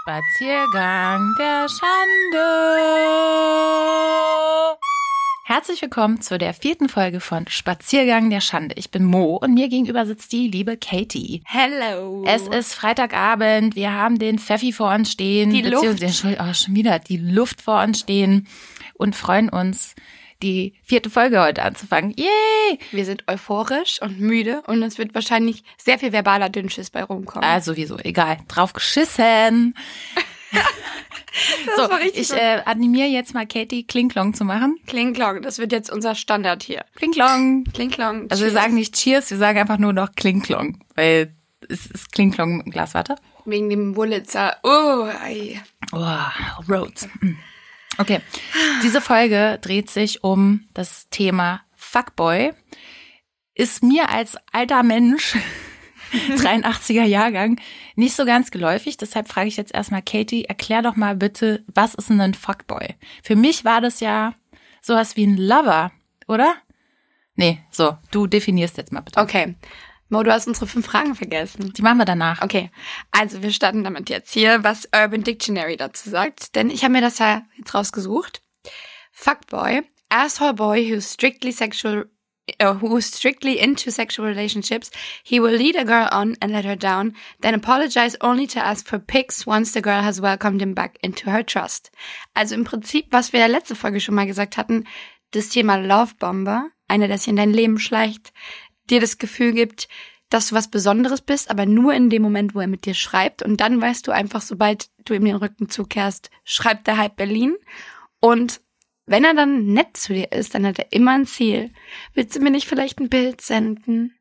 Spaziergang der Schande. Herzlich willkommen zu der 4. Folge von Spaziergang der Schande. Ich bin Mo und mir gegenüber sitzt die liebe Katie. Hello. Es ist Freitagabend, wir haben den Pfeffi vor uns stehen. Die Luft. Schon wieder die Luft vor uns stehen und freuen uns, die 4. Folge heute anzufangen. Yay! Wir sind euphorisch und müde und es wird wahrscheinlich sehr viel verbaler Dünnschiss bei rumkommen. Sowieso, egal. Drauf geschissen. So, ich animiere jetzt mal Katie, Klinklong zu machen. Klinklong, das wird jetzt unser Standard hier. Klinklong. Klinklong. Also wir sagen nicht Cheers, wir sagen einfach nur noch Klinklong, weil es ist Klinklong mit einem Glas Wasser. Wegen dem Wurlitzer. Oh, Roads. Okay, diese Folge dreht sich um das Thema Fuckboy. Ist mir als alter Mensch 83er Jahrgang nicht so ganz geläufig. Deshalb frage ich jetzt erstmal Katie, erklär doch mal bitte, was ist denn ein Fuckboy? Für mich war das ja sowas wie ein Lover, oder? Nee, so, du definierst jetzt mal bitte. Okay. Mo, du hast unsere 5 Fragen vergessen. Die machen wir danach. Okay, also wir starten damit jetzt hier, was Urban Dictionary dazu sagt. Denn ich habe mir das ja jetzt rausgesucht. Fuckboy, asshole boy who's strictly into sexual relationships. He will lead a girl on and let her down, then apologize only to ask for pics once the girl has welcomed him back into her trust. Also im Prinzip, was wir in der letzten Folge schon mal gesagt hatten, das Thema Lovebomber, einer, der sich in dein Leben schleicht, dir das Gefühl gibt, dass du was Besonderes bist, aber nur in dem Moment, wo er mit dir schreibt. Und dann weißt du einfach, sobald du ihm den Rücken zukehrst, schreibt er halb Berlin. Und wenn er dann nett zu dir ist, dann hat er immer ein Ziel. Willst du mir nicht vielleicht ein Bild senden?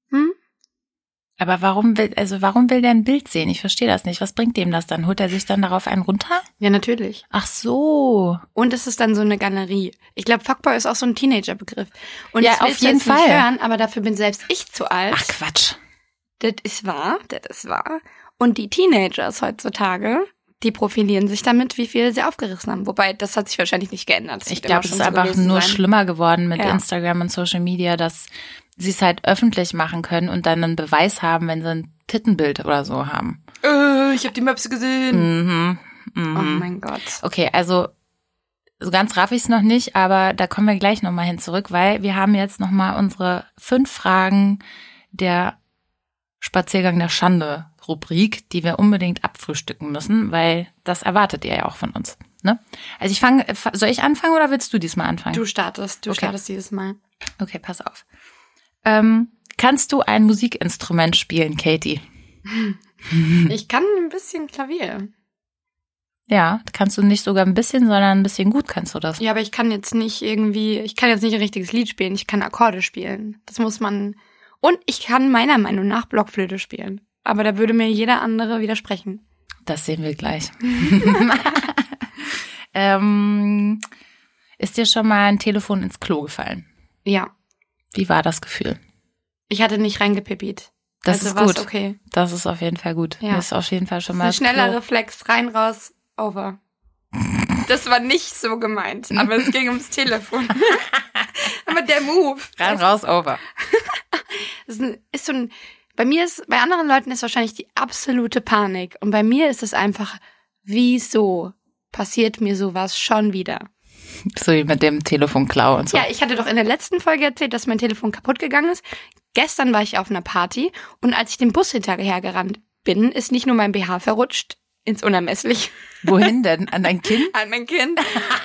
Aber warum will der ein Bild sehen? Ich verstehe das nicht. Was bringt dem das dann? Holt er sich dann darauf einen runter? Ja, natürlich. Ach so. Und es ist dann so eine Galerie. Ich glaube, Fuckboy ist auch so ein Teenager-Begriff. Und ja, das auf jeden Fall. Nicht hören, aber dafür bin selbst ich zu alt. Ach, Quatsch. Das ist wahr. Und die Teenagers heutzutage, die profilieren sich damit, wie viel sie aufgerissen haben. Wobei, das hat sich wahrscheinlich nicht geändert. Ich glaube, es ist einfach nur schlimmer geworden mit Instagram und Social Media, dass sie es halt öffentlich machen können und dann einen Beweis haben, wenn sie ein Tittenbild oder so haben. Ich habe die Möpse gesehen. Oh mein Gott. Okay, also so ganz raff ich es noch nicht, aber da kommen wir gleich nochmal hin zurück, weil wir haben jetzt nochmal unsere 5 Fragen der Spaziergang der Schande Rubrik, die wir unbedingt abfrühstücken müssen, weil das erwartet ihr ja auch von uns. Ne? Also soll ich anfangen oder willst du diesmal anfangen? Du startest dieses Mal. Okay, pass auf. Kannst du ein Musikinstrument spielen, Katie? Ich kann ein bisschen Klavier. Ja, kannst du nicht sogar ein bisschen, sondern ein bisschen gut kannst du das. Ja, aber ich kann jetzt nicht ein richtiges Lied spielen. Ich kann Akkorde spielen. Das muss man. Und ich kann meiner Meinung nach Blockflöte spielen. Aber da würde mir jeder andere widersprechen. Das sehen wir gleich. Ist dir schon mal ein Telefon ins Klo gefallen? Ja. Wie war das Gefühl? Ich hatte nicht reingepippied. Das ist gut. Okay. Das ist auf jeden Fall gut. Ja. Mir ist auf jeden Fall schon mal. Das ist ein schneller Reflex. Rein, raus, over. Das war nicht so gemeint, aber es ging ums Telefon. Aber der Move. Rein, raus, over. Bei anderen Leuten ist wahrscheinlich die absolute Panik. Und bei mir ist es einfach, wieso passiert mir sowas schon wieder? So wie mit dem Telefonklau und so. Ja, ich hatte doch in der letzten Folge erzählt, dass mein Telefon kaputt gegangen ist. Gestern war ich auf einer Party und als ich dem Bus hinterhergerannt bin, ist nicht nur mein BH verrutscht ins Unermessliche. Wohin denn? An dein Kind? An mein Kind.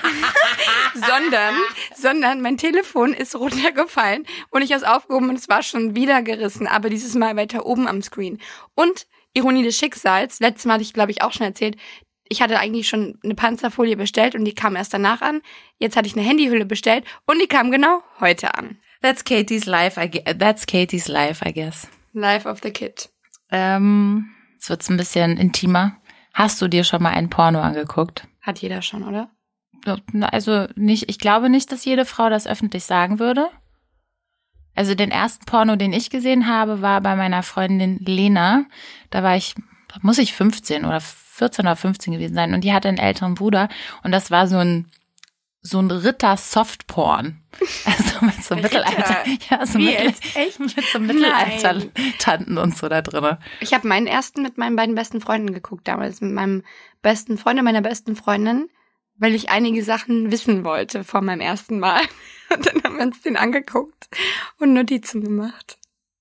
sondern mein Telefon ist runtergefallen und ich habe es aufgehoben und es war schon wieder gerissen, aber dieses Mal weiter oben am Screen. Und Ironie des Schicksals, letztes Mal hatte ich, glaube ich, auch schon erzählt, ich hatte eigentlich schon eine Panzerfolie bestellt und die kam erst danach an. Jetzt hatte ich eine Handyhülle bestellt und die kam genau heute an. That's Katie's life, I guess. Life of the kid. Jetzt wird's ein bisschen intimer. Hast du dir schon mal ein Porno angeguckt? Hat jeder schon, oder? Also nicht. Ich glaube nicht, dass jede Frau das öffentlich sagen würde. Also den ersten Porno, den ich gesehen habe, war bei meiner Freundin Lena. Da muss ich 15 oder 14 oder 15 gewesen sein. Und die hatte einen älteren Bruder. Und das war so ein so ein Ritter-Softporn. Also mit so Mittelalter. Ja, so Echt? mit so Mittelalter-Tanten und so da drin. Ich habe meinen ersten mit meinen beiden besten Freunden geguckt damals. Mit meinem besten Freund und meiner besten Freundin, weil ich einige Sachen wissen wollte vor meinem ersten Mal. Und dann haben wir uns den angeguckt und Notizen gemacht.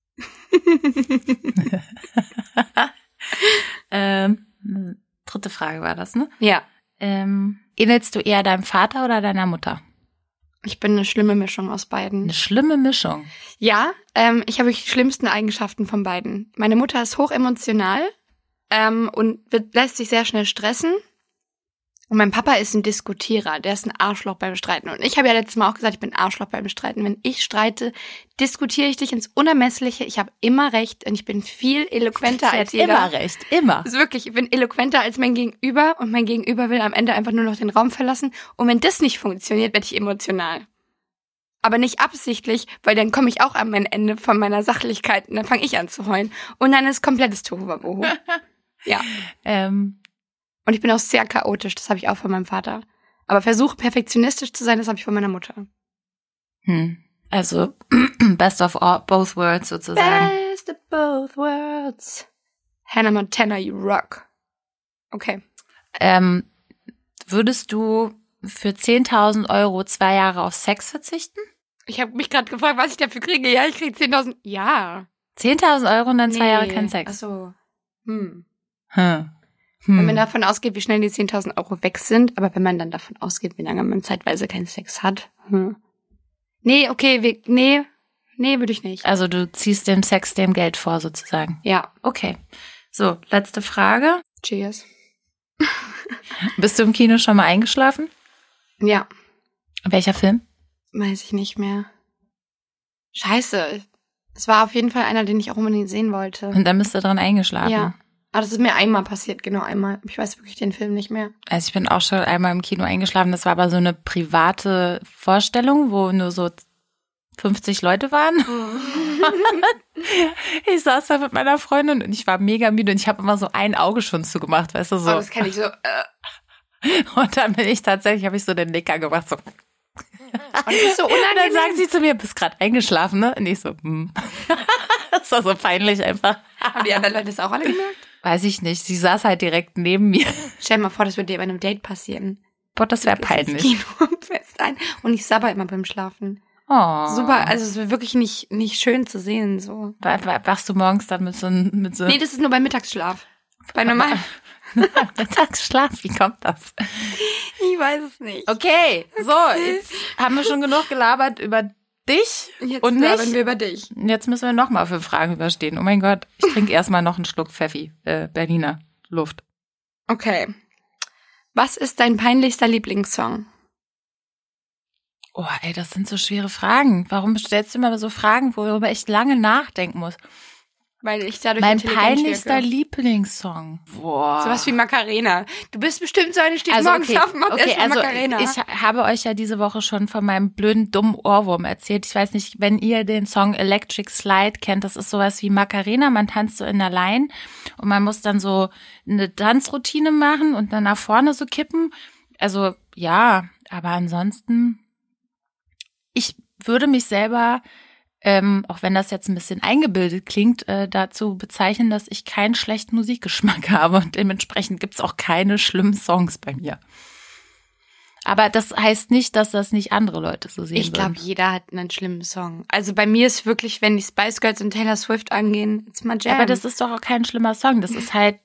Dritte Frage war das, ne? Ja. Ähnelst du eher deinem Vater oder deiner Mutter? Ich bin eine schlimme Mischung aus beiden. Eine schlimme Mischung. Ja, ich habe die schlimmsten Eigenschaften von beiden. Meine Mutter ist hochemotional und lässt sich sehr schnell stressen. Und mein Papa ist ein Diskutierer, der ist ein Arschloch beim Streiten. Und ich habe ja letztes Mal auch gesagt, ich bin ein Arschloch beim Streiten. Wenn ich streite, diskutiere ich dich ins Unermessliche. Ich habe immer recht und ich bin viel eloquenter als jeder. Immer recht, immer. Das ist wirklich, ich bin eloquenter als mein Gegenüber und mein Gegenüber will am Ende einfach nur noch den Raum verlassen. Und wenn das nicht funktioniert, werde ich emotional. Aber nicht absichtlich, weil dann komme ich auch am Ende von meiner Sachlichkeit und dann fange ich an zu heulen. Und dann ist komplettes Tohuwabohu. Ja. Und ich bin auch sehr chaotisch, das habe ich auch von meinem Vater. Aber versuche perfektionistisch zu sein, das habe ich von meiner Mutter. Also best of both worlds sozusagen. Best of both worlds. Hannah Montana, you rock. Okay. Würdest du für 10.000 € 2 Jahre auf Sex verzichten? Ich habe mich gerade gefragt, was ich dafür kriege. Ja, ich kriege 10.000. Ja. 10.000 € und dann 2 Jahre kein Sex? Ach so. Wenn man davon ausgeht, wie schnell die 10.000 € weg sind, aber wenn man dann davon ausgeht, wie lange man zeitweise keinen Sex hat. Nee, okay, nee, würde ich nicht. Also du ziehst dem Sex dem Geld vor sozusagen? Ja. Okay. So, letzte Frage. Cheers. Bist du im Kino schon mal eingeschlafen? Ja. Welcher Film? Weiß ich nicht mehr. Scheiße. Es war auf jeden Fall einer, den ich auch unbedingt sehen wollte. Und dann bist du dran eingeschlafen? Ja. Aber das ist mir einmal passiert, genau einmal. Ich weiß wirklich den Film nicht mehr. Also ich bin auch schon einmal im Kino eingeschlafen. Das war aber so eine private Vorstellung, wo nur so 50 Leute waren. Ich saß da mit meiner Freundin und ich war mega müde und ich habe immer so ein Auge schon zugemacht, weißt du, so. Oh, das kann ich so. Und dann bin ich tatsächlich, habe ich so den Nicker gemacht, so. Und das ist so unangenehm. Und dann sagt sie zu mir, bist gerade eingeschlafen, ne? Und ich so, Das war so peinlich einfach. Haben die anderen Leute das auch alle gemerkt? Weiß ich nicht. Sie saß halt direkt neben mir. Stell dir mal vor, das würde dir bei einem Date passieren. Boah, das wäre peinlich. Kino fest ein und ich sabber immer beim Schlafen. Oh. Super, also es ist wirklich nicht schön zu sehen, so. Wachst du morgens dann mit so... Nee, das ist nur beim Mittagsschlaf. Bei normal. Mittagsschlaf, wie kommt das? Ich weiß es nicht. Okay, so, jetzt haben wir schon genug gelabert über dich Jetzt und mich. labern wir über dich. Jetzt müssen wir nochmal 5 Fragen überstehen. Oh mein Gott, ich trinke erstmal noch einen Schluck Pfeffi, Berliner Luft. Okay. Was ist dein peinlichster Lieblingssong? Oh, ey, das sind so schwere Fragen. Warum stellst du immer so Fragen, worüber ich lange nachdenken muss? Weil ich dadurch Mein intelligent peinlichster wirke. Lieblingssong. Boah. Sowas wie Macarena. Du bist bestimmt so eine, stehst morgens auf und macht erstmal Macarena. Ich habe euch ja diese Woche schon von meinem blöden, dummen Ohrwurm erzählt. Ich weiß nicht, wenn ihr den Song Electric Slide kennt, das ist sowas wie Macarena. Man tanzt so in der Line und man muss dann so eine Tanzroutine machen und dann nach vorne so kippen. Also ja, aber ansonsten, ich würde mich selber... auch wenn das jetzt ein bisschen eingebildet klingt, dazu bezeichnen, dass ich keinen schlechten Musikgeschmack habe und dementsprechend gibt's auch keine schlimmen Songs bei mir. Aber das heißt nicht, dass das nicht andere Leute so sehen Ich glaube, jeder hat einen schlimmen Song. Also bei mir ist wirklich, wenn die Spice Girls und Taylor Swift angehen, it's my jam. Aber das ist doch auch kein schlimmer Song. Das ist halt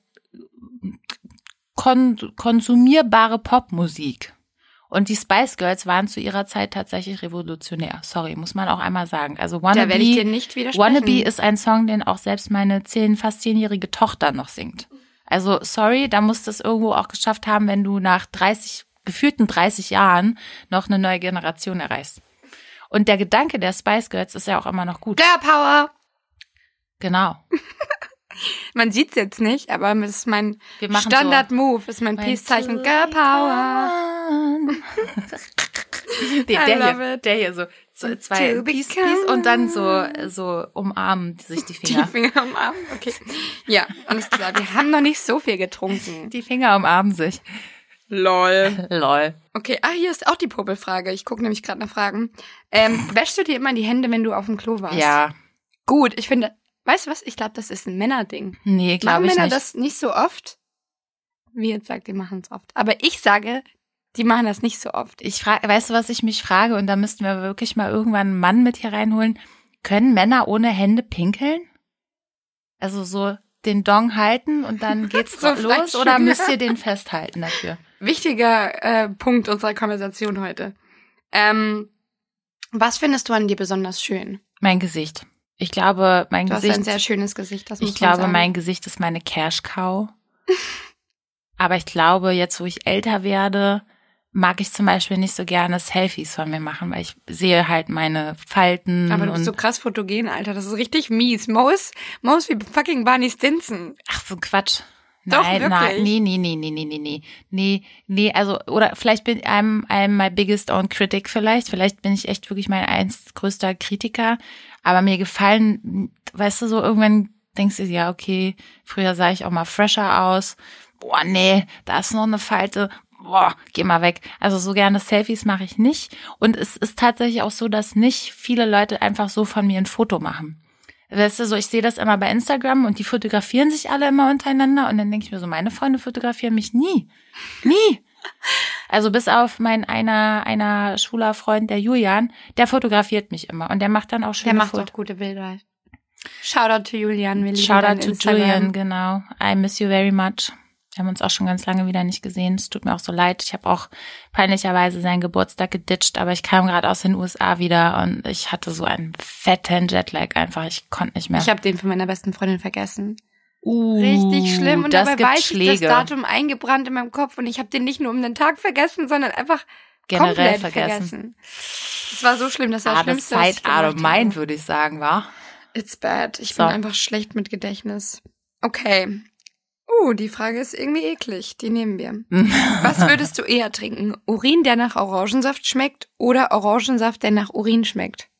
konsumierbare Popmusik. Und die Spice Girls waren zu ihrer Zeit tatsächlich revolutionär. Sorry, muss man auch einmal sagen. Also Da werde ich dir nicht widersprechen. Wannabe ist ein Song, den auch selbst meine fast 10-jährige Tochter noch singt. Also sorry, da musst du es irgendwo auch geschafft haben, wenn du nach gefühlten 30 Jahren noch eine neue Generation erreichst. Und der Gedanke der Spice Girls ist ja auch immer noch gut. Girl Power! Genau. Man sieht's jetzt nicht, aber das ist mein Wir machen Standard-Move, ist mein Peace-Zeichen. Girl Power! Der hier so zwei Peace und dann so umarmen sich die Finger. Die Finger umarmen, okay. Ja, alles klar. Wir haben noch nicht so viel getrunken. Die Finger umarmen sich. Lol. Lol. Okay, hier ist auch die Popelfrage. Ich gucke nämlich gerade nach Fragen. Wäschst du dir immer die Hände, wenn du auf dem Klo warst? Ja. Gut, ich finde, weißt du was? Ich glaube, das ist ein Männerding. Nee, glaube ich Machen Männer nicht. das nicht so oft? Wie jetzt sagt, die machen es oft. Aber ich sage, die machen das nicht so oft. Weißt du, was ich mich frage? Und da müssten wir wirklich mal irgendwann einen Mann mit hier reinholen. Können Männer ohne Hände pinkeln? Also so den Dong halten und dann geht's So los oder müsst ihr den festhalten dafür? Wichtiger Punkt unserer Konversation heute. Was findest du an dir besonders schön? Mein Gesicht. Ich glaube, Du hast ein sehr schönes Gesicht, das muss Ich man glaube, sagen. mein Gesicht ist meine Cash-Cow. Aber ich glaube, jetzt, wo ich älter werde, mag ich zum Beispiel nicht so gerne Selfies von mir machen, weil ich sehe halt meine Falten. Aber du bist so krass fotogen, Alter. Das ist richtig mies. Mo ist wie fucking Barney Stinson. Ach, so Quatsch. Doch, Nein, wirklich? Nee, also, oder vielleicht bin I'm my biggest own critic vielleicht bin ich echt wirklich mein größter Kritiker, aber mir gefallen, weißt du, so irgendwann denkst du, ja, okay, früher sah ich auch mal fresher aus, boah, nee, da ist noch eine Falte, boah, geh mal weg. Also so gerne Selfies mache ich nicht und es ist tatsächlich auch so, dass nicht viele Leute einfach so von mir ein Foto machen. Weißt du, so ich sehe das immer bei Instagram und die fotografieren sich alle immer untereinander und dann denke ich mir so, meine Freunde fotografieren mich nie. Nie. Also bis auf mein einer schwuler Freund, der Julian, der fotografiert mich immer und der macht dann auch schöne Der macht Fotos. auch gute Bilder. Shoutout to Julian. Wir lieben Shoutout dein to Instagram. Julian, genau. I miss you very much. Wir haben uns auch schon ganz lange wieder nicht gesehen. Es tut mir auch so leid. Ich habe auch peinlicherweise seinen Geburtstag geditcht, aber ich kam gerade aus den USA wieder und ich hatte so einen fetten Jetlag einfach. Ich konnte nicht mehr. Ich habe den von meiner besten Freundin vergessen. Richtig schlimm. Und das dabei gibt weiß ich Schläge. das Datum eingebrannt in meinem Kopf und ich habe den nicht nur um den Tag vergessen, sondern einfach Generell komplett vergessen. Das war so schlimm. Das war das Schlimmste, was ich out of gemacht mind, habe. würde ich sagen, war. It's bad. Ich So. bin einfach schlecht mit Gedächtnis. Okay. Die Frage ist irgendwie eklig. Die nehmen wir. Was würdest du eher trinken? Urin, der nach Orangensaft schmeckt oder Orangensaft, der nach Urin schmeckt?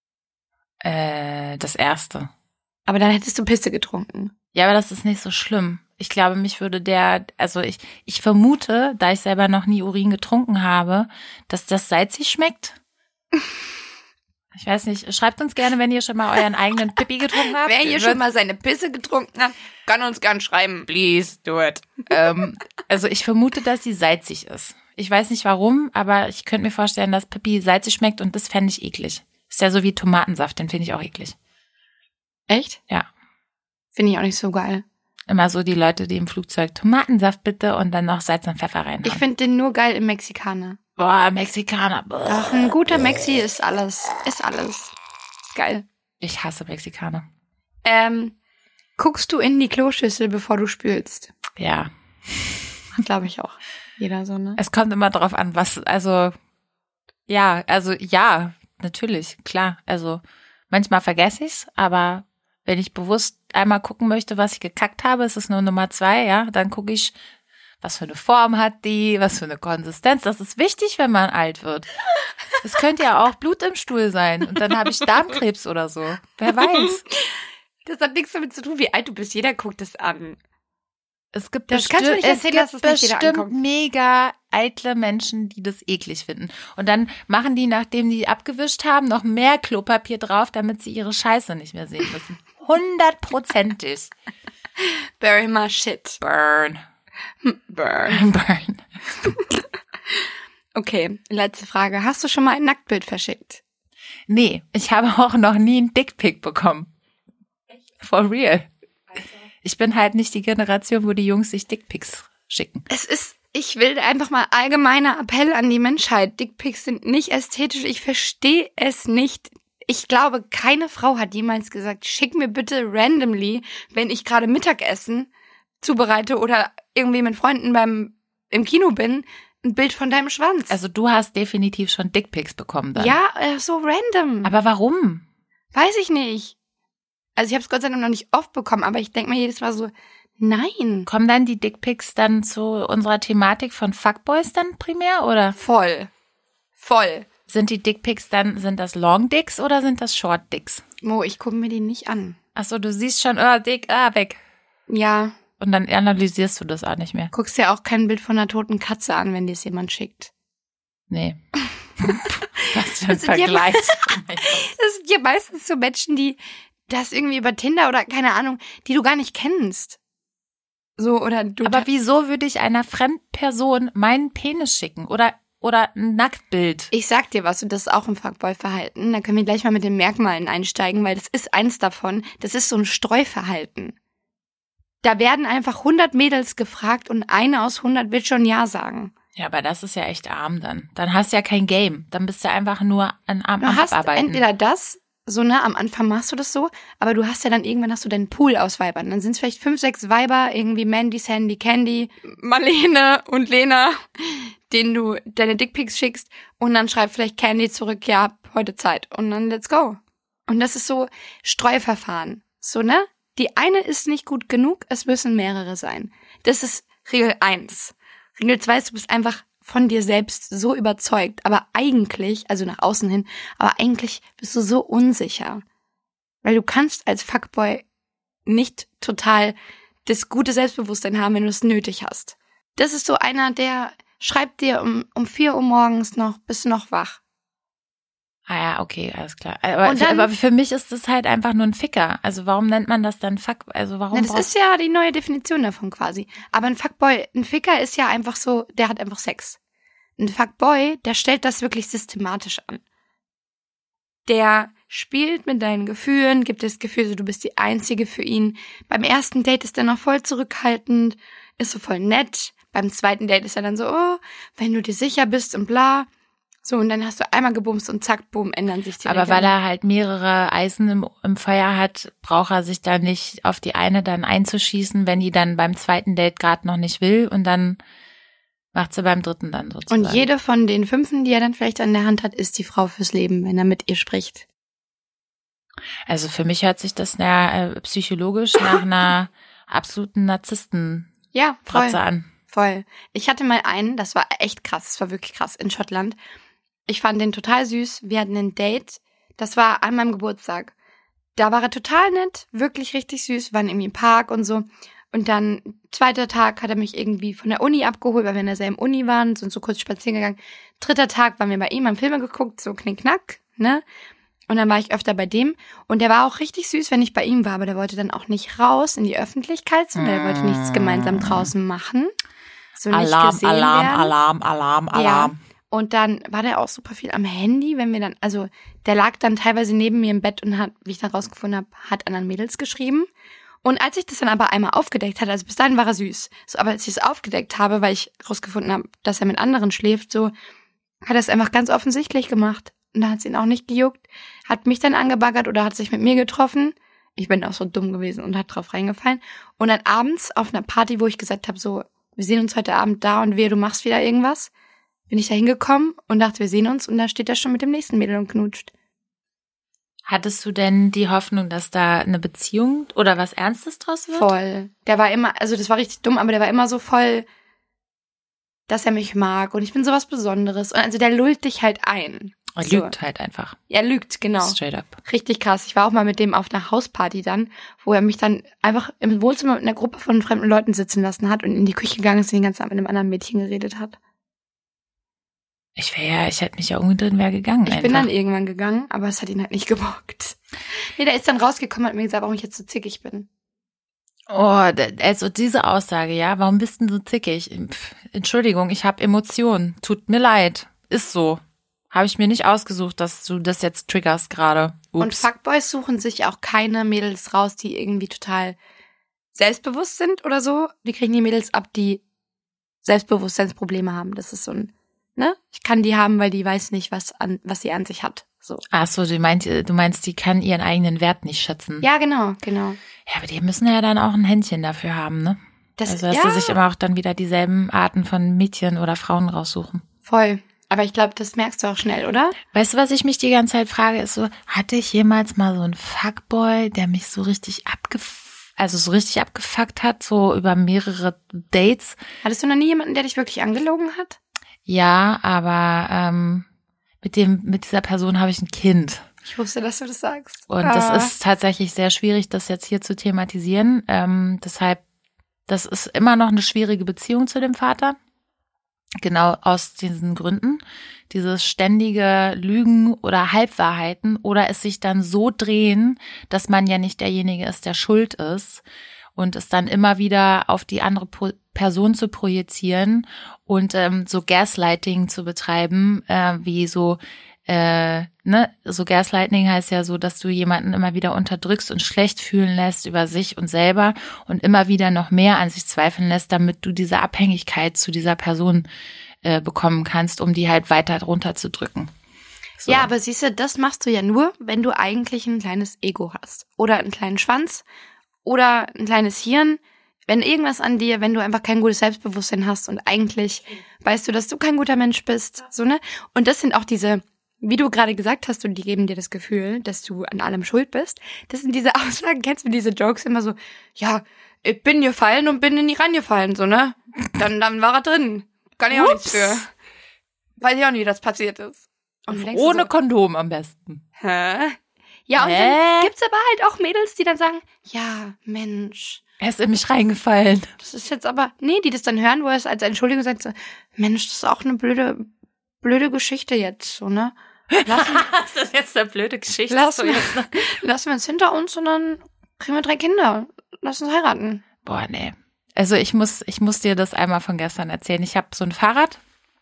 Das erste. Aber dann hättest du Pisse getrunken. Ja, aber das ist nicht so schlimm. Ich glaube, mich würde ich vermute, da ich selber noch nie Urin getrunken habe, dass das salzig schmeckt. Ich weiß nicht, schreibt uns gerne, wenn ihr schon mal euren eigenen Pipi getrunken habt. Wer hier schon mal seine Pisse getrunken hat, kann uns gern schreiben. Please do it. Also ich vermute, dass sie salzig ist. Ich weiß nicht warum, aber ich könnte mir vorstellen, dass Pipi salzig schmeckt und das fände ich eklig. Ist ja so wie Tomatensaft, den finde ich auch eklig. Echt? Ja. Finde ich auch nicht so geil. Immer so die Leute, die im Flugzeug Tomatensaft bitte und dann noch Salz und Pfeffer reinhauen. Ich finde den nur geil im Mexikaner. Boah, Mexikaner. Boah. Ach, ein guter Mexi ist alles. Ist geil. Ich hasse Mexikaner. Guckst du in die Kloschüssel, bevor du spülst? Ja. Glaube ich auch. Jeder so, ne? Es kommt immer drauf an, ja, natürlich, klar. Also manchmal vergesse ich's, aber wenn ich bewusst einmal gucken möchte, was ich gekackt habe, ist es nur Nummer 2, ja, dann gucke ich, was für eine Form hat die, was für eine Konsistenz. Das ist wichtig, wenn man alt wird. Es könnte ja auch Blut im Stuhl sein und dann habe ich Darmkrebs oder so. Wer weiß. Das hat nichts damit zu tun, wie alt du bist. Jeder guckt es an. Es gibt Das kannst du nicht erzählen, dass das nicht jeder bestimmt anguckt. mega eitle Menschen, die das eklig finden. Und dann machen die, nachdem die abgewischt haben, noch mehr Klopapier drauf, damit sie ihre Scheiße nicht mehr sehen müssen. 100%ig. Bury my shit. Burn. Burn. Burn. Okay, letzte Frage. Hast du schon mal ein Nacktbild verschickt? Nee, ich habe auch noch nie einen Dickpic bekommen. For real. Ich bin halt nicht die Generation, wo die Jungs sich Dickpics schicken. Ich will einfach mal allgemeiner Appell an die Menschheit. Dickpics sind nicht ästhetisch. Ich verstehe es nicht. Ich glaube, keine Frau hat jemals gesagt, schick mir bitte randomly, wenn ich gerade Mittagessen zubereite oder irgendwie mit Freunden im Kino bin, ein Bild von deinem Schwanz. Also du hast definitiv schon Dickpics bekommen dann. Ja, so random. Aber warum? Weiß ich nicht. Also ich habe es Gott sei Dank noch nicht oft bekommen, aber ich denke mir jedes Mal so, nein. Kommen dann die Dickpics dann zu unserer Thematik von Fuckboys dann primär, oder? Voll. Sind die Dickpics dann, sind das Long Dicks oder sind das Short Dicks? Mo, ich gucke mir die nicht an. Achso, du siehst schon, dick, weg. Ja. und dann analysierst du das auch nicht mehr. Guckst ja auch kein Bild von einer toten Katze an, wenn dir es jemand schickt. Nee. Was für ein Vergleich. Das sind ja meistens so Menschen, die das irgendwie über Tinder oder keine Ahnung, die du gar nicht kennst. So, oder du. Aber wieso würde ich einer Fremdperson meinen Penis schicken? Oder ein Nacktbild? Ich sag dir was, und das ist auch ein Fuckboy-Verhalten. Da können wir gleich mal mit den Merkmalen einsteigen, weil das ist eins davon. Das ist so ein Streuverhalten. Da werden einfach 100 Mädels gefragt und eine aus 100 wird schon Ja sagen. Ja, aber das ist ja echt arm dann. Dann hast du ja kein Game. Dann bist du einfach nur am Abarbeiten. Du hast entweder das, so ne, am Anfang machst du das so, aber du hast ja dann irgendwann hast du deinen Pool aus Weibern. Dann sind es vielleicht 5, 6 Weiber, irgendwie Mandy, Sandy, Candy, Marlene und Lena, denen du deine Dickpics schickst und dann schreibt vielleicht Candy zurück, ja, hab heute Zeit und dann let's go. Und das ist so Streuverfahren. So, ne? Die eine ist nicht gut genug, es müssen mehrere sein. Das ist Regel 1. Regel 2 ist, du bist einfach von dir selbst so überzeugt, aber eigentlich, also nach außen hin, aber eigentlich bist du so unsicher. Weil du kannst als Fuckboy nicht total das gute Selbstbewusstsein haben, wenn du es nötig hast. Das ist so einer, der schreibt dir um 4 Uhr morgens noch, bist du noch wach. Ah ja, okay, alles klar. Aber für mich ist das halt einfach nur ein Ficker. Also warum nennt man das dann Fuck? Also warum? Na, das ist ja die neue Definition davon quasi. Aber ein Fuckboy, ein Ficker ist ja einfach so, der hat einfach Sex. Ein Fuckboy, der stellt das wirklich systematisch an. Der spielt mit deinen Gefühlen, gibt dir das Gefühl, so du bist die Einzige für ihn. Beim ersten Date ist er noch voll zurückhaltend, ist so voll nett. Beim zweiten Date ist er dann so, oh, wenn du dir sicher bist und bla. So, und dann hast du einmal gebumst und zack, boom, ändern sich die Aber Regeln. weil er halt mehrere Eisen im Feuer hat, braucht er sich da nicht auf die eine dann einzuschießen, wenn die dann beim zweiten Date gerade noch nicht will und dann macht sie beim dritten dann sozusagen. Und jede von den 5, die er dann vielleicht an der Hand hat, ist die Frau fürs Leben, wenn er mit ihr spricht. Also für mich hört sich das psychologisch nach einer absoluten Narzissten-Fratze an. Voll. Ich hatte mal einen, das war echt krass, das war wirklich krass, in Schottland. Ich fand den total süß. Wir hatten ein Date, das war an meinem Geburtstag. Da war er total nett, wirklich richtig süß, waren irgendwie im Park und so. Und dann, zweiter Tag hat er mich irgendwie von der Uni abgeholt, weil wir in derselben Uni waren, sind so kurz spazieren gegangen. Dritter Tag waren wir bei ihm, haben Filme geguckt, so knick-knack, ne? Und dann war ich öfter bei dem. Und der war auch richtig süß, wenn ich bei ihm war, aber der wollte dann auch nicht raus in die Öffentlichkeit, sondern der wollte nichts gemeinsam draußen machen. So nicht gesehen werden. Alarm. Ja. Und dann war der auch super viel am Handy, wenn wir dann, also der lag dann teilweise neben mir im Bett und hat, wie ich dann rausgefunden habe, hat anderen Mädels geschrieben. Und als ich das dann aber einmal aufgedeckt hatte, also bis dahin war er süß, so, aber als ich es aufgedeckt habe, weil ich rausgefunden habe, dass er mit anderen schläft, so, hat er es einfach ganz offensichtlich gemacht. Und da hat es ihn auch nicht gejuckt, hat mich dann angebaggert oder hat sich mit mir getroffen. Ich bin auch so dumm gewesen und hat drauf reingefallen. Und dann abends auf einer Party, wo ich gesagt habe, so, wir sehen uns heute Abend da und du machst wieder irgendwas, bin ich da hingekommen und dachte, wir sehen uns und da steht er schon mit dem nächsten Mädel und knutscht. Hattest du denn die Hoffnung, dass da eine Beziehung oder was Ernstes draus wird? Voll. Der war immer, also das war richtig dumm, aber der war immer so voll, dass er mich mag und ich bin sowas Besonderes. Und also der lullt dich halt ein. Er lügt halt einfach. Er lügt, genau. Straight up. Richtig krass. Ich war auch mal mit dem auf einer Hausparty dann, wo er mich dann einfach im Wohnzimmer mit einer Gruppe von fremden Leuten sitzen lassen hat und in die Küche gegangen ist und die ganze Zeit mit einem anderen Mädchen geredet hat. Ich hätte mich ja umgedreht, wäre gegangen. Ich bin dann irgendwann gegangen, aber es hat ihn halt nicht gebockt. Nee, der ist dann rausgekommen und hat mir gesagt, warum ich jetzt so zickig bin. Oh, also diese Aussage, ja, warum bist du so zickig? Entschuldigung, ich habe Emotionen. Tut mir leid. Ist so. Habe ich mir nicht ausgesucht, dass du das jetzt triggerst gerade. Und Fuckboys suchen sich auch keine Mädels raus, die irgendwie total selbstbewusst sind oder so. Die kriegen die Mädels ab, die Selbstbewusstseinsprobleme haben. Das ist so ein, ne? Ich kann die haben, weil die weiß nicht, was sie an sich hat. So. Ach so, du meinst, die kann ihren eigenen Wert nicht schätzen. Ja, genau. Ja, aber die müssen ja dann auch ein Händchen dafür haben, ne? Also, dass sie sich immer auch dann wieder dieselben Arten von Mädchen oder Frauen raussuchen. Voll. Aber ich glaube, das merkst du auch schnell, oder? Weißt du, was ich mich die ganze Zeit frage, ist so, hatte ich jemals mal so einen Fuckboy, der mich so richtig abgefuckt hat, so über mehrere Dates? Hattest du noch nie jemanden, der dich wirklich angelogen hat? Ja, aber mit dieser Person habe ich ein Kind. Ich wusste, dass du das sagst. Und das ist tatsächlich sehr schwierig, das jetzt hier zu thematisieren. Deshalb Das ist immer noch eine schwierige Beziehung zu dem Vater. Genau aus diesen Gründen. Dieses ständige Lügen oder Halbwahrheiten oder es sich dann so drehen, dass man ja nicht derjenige ist, der schuld ist und es dann immer wieder auf die andere Person zu projizieren und so Gaslighting zu betreiben, wie so so Gaslighting heißt ja so, dass du jemanden immer wieder unterdrückst und schlecht fühlen lässt über sich und selber und immer wieder noch mehr an sich zweifeln lässt, damit du diese Abhängigkeit zu dieser Person bekommen kannst, um die halt weiter runterzudrücken. So. Ja, aber siehst du, das machst du ja nur, wenn du eigentlich ein kleines Ego hast oder einen kleinen Schwanz oder ein kleines Hirn. Wenn irgendwas an dir, wenn du einfach kein gutes Selbstbewusstsein hast und eigentlich weißt du, dass du kein guter Mensch bist, so, ne? Und das sind auch diese, wie du gerade gesagt hast, und die geben dir das Gefühl, dass du an allem schuld bist. Das sind diese Aussagen, kennst du diese Jokes immer so, ja, ich bin gefallen und bin in die reingefallen, so, ne? Dann war er drin. Kann ich auch nichts für. Weiß ich auch nicht, wie das passiert ist. Und ohne so, Kondom am besten. Hä? Ja, und dann gibt's aber halt auch Mädels, die dann sagen, ja, Mensch. Er ist in mich reingefallen. Das ist jetzt aber, nee, die das dann hören, wo er es als Entschuldigung sagt, so, Mensch, das ist auch eine blöde Geschichte jetzt, so, ne? Das ist jetzt eine blöde Geschichte. Lassen wir uns hinter uns und dann kriegen wir 3 Kinder. Lass uns heiraten. Boah, nee. Also ich muss dir das einmal von gestern erzählen. Ich habe so ein Fahrrad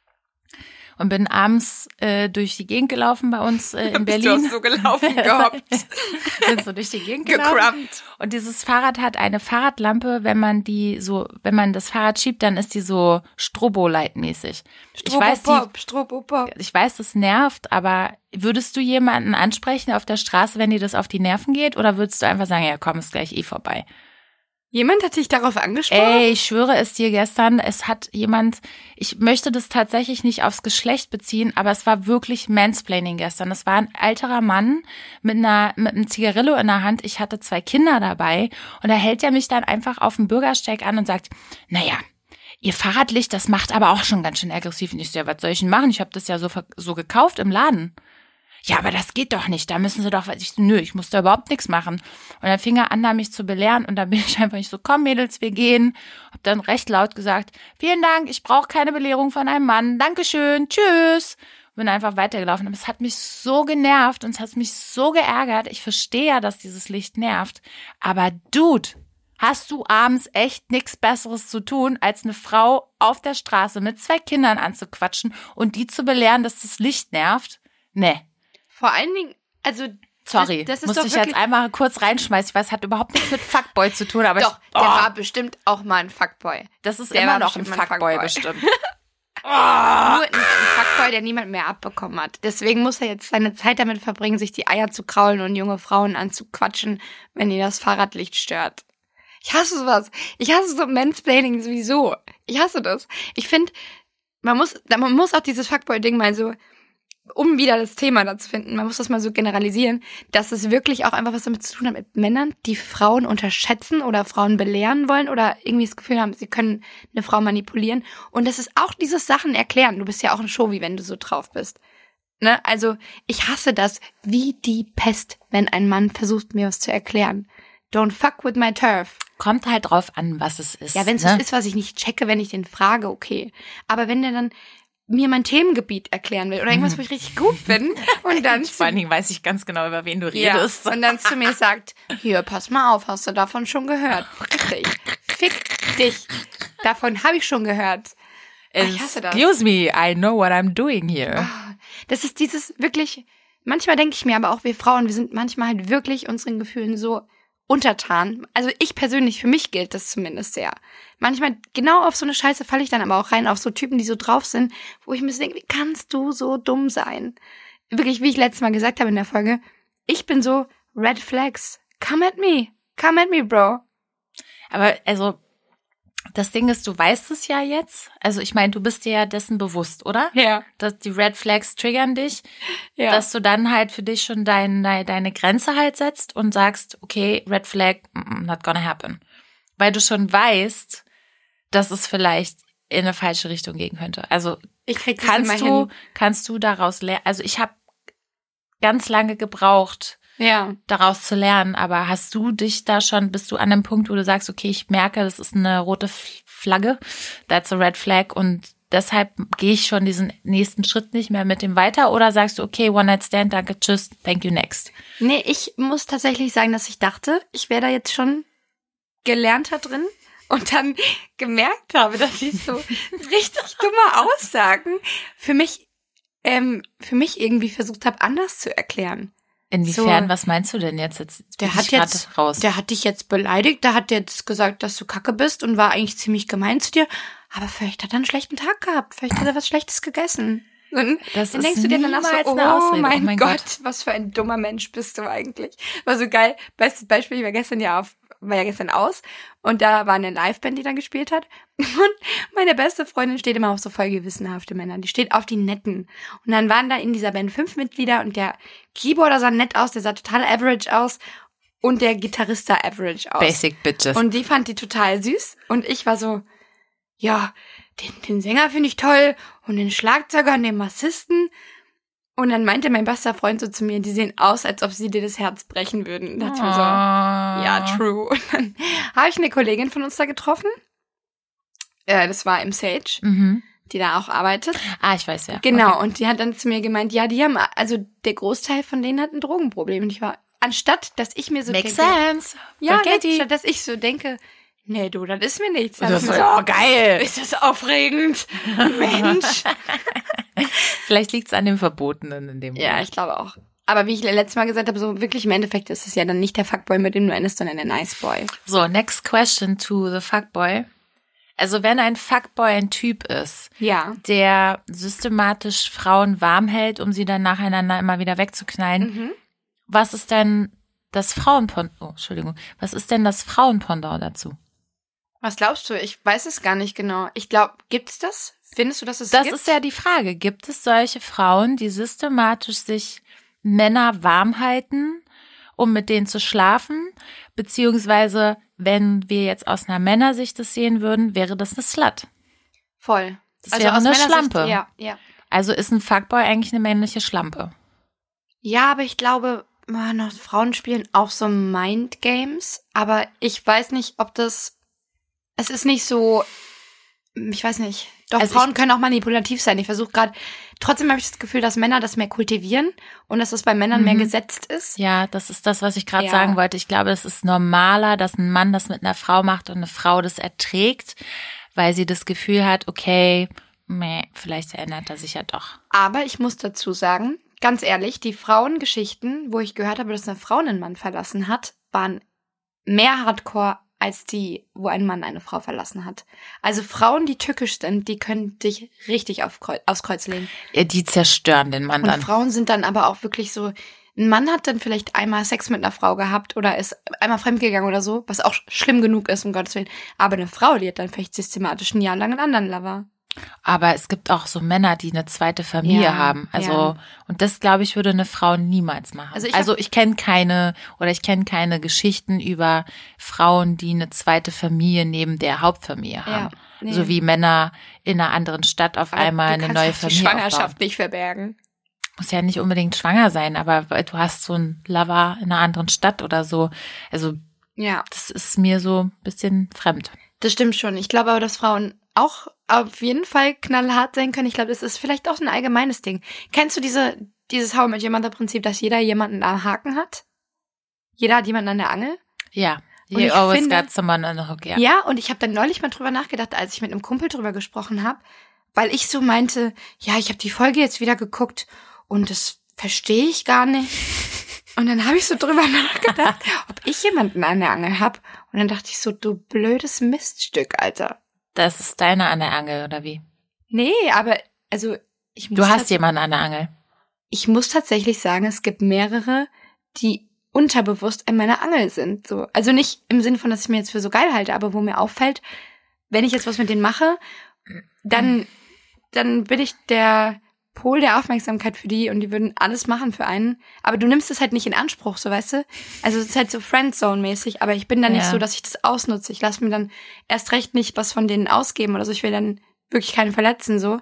und bin abends durch die Gegend gelaufen bei uns in Berlin. Du hast so gelaufen gehabt. Bin so durch die Gegend gelaufen. Gecrumpt. Und dieses Fahrrad hat eine Fahrradlampe, wenn man das Fahrrad schiebt, dann ist die so Strobolight-mäßig. Strobopop. Ich weiß, das nervt, aber würdest du jemanden ansprechen auf der Straße, wenn dir das auf die Nerven geht? Oder würdest du einfach sagen, ja komm, ist gleich vorbei? Jemand hat dich darauf angesprochen? Ey, ich schwöre es dir gestern, es hat jemand, ich möchte das tatsächlich nicht aufs Geschlecht beziehen, aber es war wirklich Mansplaining gestern. Es war ein alterer Mann mit einem Zigarillo in der Hand. Ich hatte 2 Kinder dabei und da hält er mich dann einfach auf dem Bürgersteig an und sagt, naja, Ihr Fahrradlicht, das macht aber auch schon ganz schön aggressiv. Und ich so, ja, was soll ich denn machen? Ich habe das ja so gekauft im Laden. Ja, aber das geht doch nicht, da müssen Sie doch, ich muss da überhaupt nichts machen. Und dann fing er an, da mich zu belehren und dann bin ich einfach nicht so, komm Mädels, wir gehen. Hab dann recht laut gesagt, vielen Dank, ich brauche keine Belehrung von einem Mann, Dankeschön, tschüss. Bin einfach weitergelaufen. Aber es hat mich so genervt und es hat mich so geärgert. Ich verstehe ja, dass dieses Licht nervt. Aber Dude, hast du abends echt nichts Besseres zu tun, als eine Frau auf der Straße mit 2 Kindern anzuquatschen und die zu belehren, dass das Licht nervt? Nee. Vor allen Dingen, also sorry, das ist muss doch ich jetzt einmal kurz reinschmeißen. Ich weiß, es hat überhaupt nichts mit Fuckboy zu tun, aber doch, der war bestimmt auch mal ein Fuckboy. Das ist immer noch ein Fuckboy bestimmt. Nur ein Fuckboy, der niemand mehr abbekommen hat. Deswegen muss er jetzt seine Zeit damit verbringen, sich die Eier zu kraulen und junge Frauen anzuquatschen, wenn ihn das Fahrradlicht stört. Ich hasse sowas. Ich hasse so Mansplaining sowieso. Ich hasse das. Ich finde, man muss auch dieses Fuckboy-Ding mal so, um wieder das Thema da zu finden, man muss das mal so generalisieren, dass es wirklich auch einfach was damit zu tun hat mit Männern, die Frauen unterschätzen oder Frauen belehren wollen oder irgendwie das Gefühl haben, sie können eine Frau manipulieren. Und das ist auch dieses Sachen erklären. Du bist ja auch ein Showy, wenn du so drauf bist. Ne? Also ich hasse das wie die Pest, wenn ein Mann versucht, mir was zu erklären. Don't fuck with my turf. Kommt halt drauf an, was es ist. Ja, wenn es was ist, was ich nicht checke, wenn ich den frage, okay. Aber wenn der dann mir mein Themengebiet erklären will oder irgendwas, wo ich richtig gut bin und dann vor allen Dingen weiß ich ganz genau, über wen du redest. Ja, und dann zu mir sagt, hier, pass mal auf, hast du davon schon gehört? Fick dich. Davon habe ich schon gehört. Ich hasse das. Excuse me, I know what I'm doing here. Das ist dieses wirklich, manchmal denke ich mir aber auch, wir Frauen, wir sind manchmal halt wirklich unseren Gefühlen so untertan. Also ich persönlich, für mich gilt das zumindest sehr. Manchmal genau auf so eine Scheiße falle ich dann aber auch rein, auf so Typen, die so drauf sind, wo ich mir so denke, wie kannst du so dumm sein? Wirklich, wie ich letztes Mal gesagt habe in der Folge, ich bin so Red Flags. Come at me, bro. Aber also, das Ding ist, du weißt es ja jetzt. Also ich meine, du bist dir ja dessen bewusst, oder? Ja. Dass die Red Flags triggern dich. Ja. Dass du dann halt für dich schon deine Grenze halt setzt und sagst, okay, Red Flag, not gonna happen. Weil du schon weißt, dass es vielleicht in eine falsche Richtung gehen könnte. Also kannst du daraus lernen. Also ich habe ganz lange gebraucht, daraus zu lernen. Aber hast du dich da schon, bist du an einem Punkt, wo du sagst, okay, ich merke, das ist eine rote Flagge, that's a red flag und deshalb gehe ich schon diesen nächsten Schritt nicht mehr mit dem weiter? Oder sagst du, okay, one night stand, danke, tschüss, thank you, next? Nee, ich muss tatsächlich sagen, dass ich dachte, ich wäre da jetzt schon gelernter drin und dann gemerkt habe, dass ich so richtig dumme Aussagen für mich irgendwie versucht habe, anders zu erklären. Inwiefern, was meinst du denn jetzt? Der hat dich jetzt beleidigt, der hat jetzt gesagt, dass du Kacke bist und war eigentlich ziemlich gemein zu dir, aber vielleicht hat er einen schlechten Tag gehabt, vielleicht hat er was Schlechtes gegessen. Und dann denkst du dir danach so, oh mein Gott, was für ein dummer Mensch bist du eigentlich. War so geil, bestes Beispiel, ich war ja gestern aus und da war eine Liveband, die dann gespielt hat und meine beste Freundin steht immer auf so voll gewissenhafte Männer, die steht auf die Netten und dann waren da in dieser Band 5 Mitglieder und der Keyboarder sah nett aus, der sah total average aus und der Gitarrist sah average aus. Basic Bitches. Und die fand die total süß und ich war so, ja, den Sänger finde ich toll und den Schlagzeuger und den Bassisten. Und dann meinte mein bester Freund so zu mir, die sehen aus, als ob sie dir das Herz brechen würden. Und da dachte ich mir so, ja, true. Und dann habe ich eine Kollegin von uns da getroffen. Das war im Sage, die da auch arbeitet. Ah, ich weiß ja. Genau, okay. und die hat dann zu mir gemeint, ja, die haben, also der Großteil von denen hat ein Drogenproblem. Und ich war, anstatt, dass ich mir so Makes denke. sense. Ja, anstatt, dass ich so denke, nee, du, das ist mir nichts. Das ist so, geil. Ist das aufregend? Mensch. Vielleicht liegt es an dem Verbotenen in dem Moment. Ja, ich glaube auch. Aber wie ich letztes Mal gesagt habe, so wirklich im Endeffekt ist es ja dann nicht der Fuckboy, mit dem du endest, sondern der Nice Boy. So, next question to the Fuckboy. Also wenn ein Fuckboy ein Typ ist, der systematisch Frauen warm hält, um sie dann nacheinander immer wieder wegzuknallen, was ist denn das was ist denn das Frauenpendant dazu? Was glaubst du? Ich weiß es gar nicht genau. Ich glaube, gibt's das? Findest du, dass es gibt? Das ist ja die Frage. Gibt es solche Frauen, die systematisch sich Männer warm halten, um mit denen zu schlafen? Beziehungsweise, wenn wir jetzt aus einer Männersicht das sehen würden, wäre das eine Slut. Voll. Das wäre eine Schlampe. Ja. Also ist ein Fuckboy eigentlich eine männliche Schlampe? Ja, aber ich glaube, Frauen spielen auch so Mindgames. Aber ich weiß nicht, ob das... Es ist nicht so... Ich weiß nicht. Doch, also Frauen können auch manipulativ sein. Ich versuche gerade, trotzdem habe ich das Gefühl, dass Männer das mehr kultivieren und dass das bei Männern mehr gesetzt ist. Ja, das ist das, was ich gerade sagen wollte. Ich glaube, es ist normaler, dass ein Mann das mit einer Frau macht und eine Frau das erträgt, weil sie das Gefühl hat, okay, vielleicht erinnert er sich ja doch. Aber ich muss dazu sagen, ganz ehrlich, die Frauengeschichten, wo ich gehört habe, dass eine Frau einen Mann verlassen hat, waren mehr Hardcore als die, wo ein Mann eine Frau verlassen hat. Also Frauen, die tückisch sind, die können dich richtig aufs Kreuz legen. Ja, die zerstören den Mann dann. Und Frauen sind dann aber auch wirklich so, ein Mann hat dann vielleicht einmal Sex mit einer Frau gehabt oder ist einmal fremdgegangen oder so, was auch schlimm genug ist, um Gottes Willen. Aber eine Frau, die hat dann vielleicht systematisch ein Jahr lang einen anderen Lover. Aber es gibt auch so Männer, die eine zweite Familie haben. Also, und das, glaube ich, würde eine Frau niemals machen. Also ich kenne keine Geschichten über Frauen, die eine zweite Familie neben der Hauptfamilie haben. Nee. So wie Männer in einer anderen Stadt auf einmal eine neue Familie aufbauen. Die Schwangerschaft nicht verbergen. Muss ja nicht unbedingt schwanger sein, aber du hast so einen Lover in einer anderen Stadt oder so. Also, das ist mir so ein bisschen fremd. Das stimmt schon. Ich glaube aber, dass Frauen auch auf jeden Fall knallhart sein können. Ich glaube, das ist vielleicht auch ein allgemeines Ding. Kennst du dieses How I Met Your Mother Prinzip, dass jeder jemanden am Haken hat? Jeder hat jemanden an der Angel? Ja. You always got someone on the hook, ja. Ja, und ich habe dann neulich mal drüber nachgedacht, als ich mit einem Kumpel drüber gesprochen habe, weil ich so meinte, ja, ich habe die Folge jetzt wieder geguckt und das verstehe ich gar nicht. Und dann habe ich so drüber nachgedacht, ob ich jemanden an der Angel habe. Und dann dachte ich so, du blödes Miststück, Alter. Das ist deine an der Angel, oder wie? Nee, aber also ich muss... Du hast jemanden an der Angel. Ich muss tatsächlich sagen, es gibt mehrere, die unterbewusst an meiner Angel sind. So. Also nicht im Sinne von, dass ich mir jetzt für so geil halte, aber wo mir auffällt, wenn ich jetzt was mit denen mache, dann bin ich der Pol der Aufmerksamkeit für die und die würden alles machen für einen. Aber du nimmst es halt nicht in Anspruch, so weißt du? Also es ist halt so Friendzone-mäßig, aber ich bin dann nicht so, dass ich das ausnutze. Ich lasse mir dann erst recht nicht was von denen ausgeben oder so. Ich will dann wirklich keinen verletzen, so.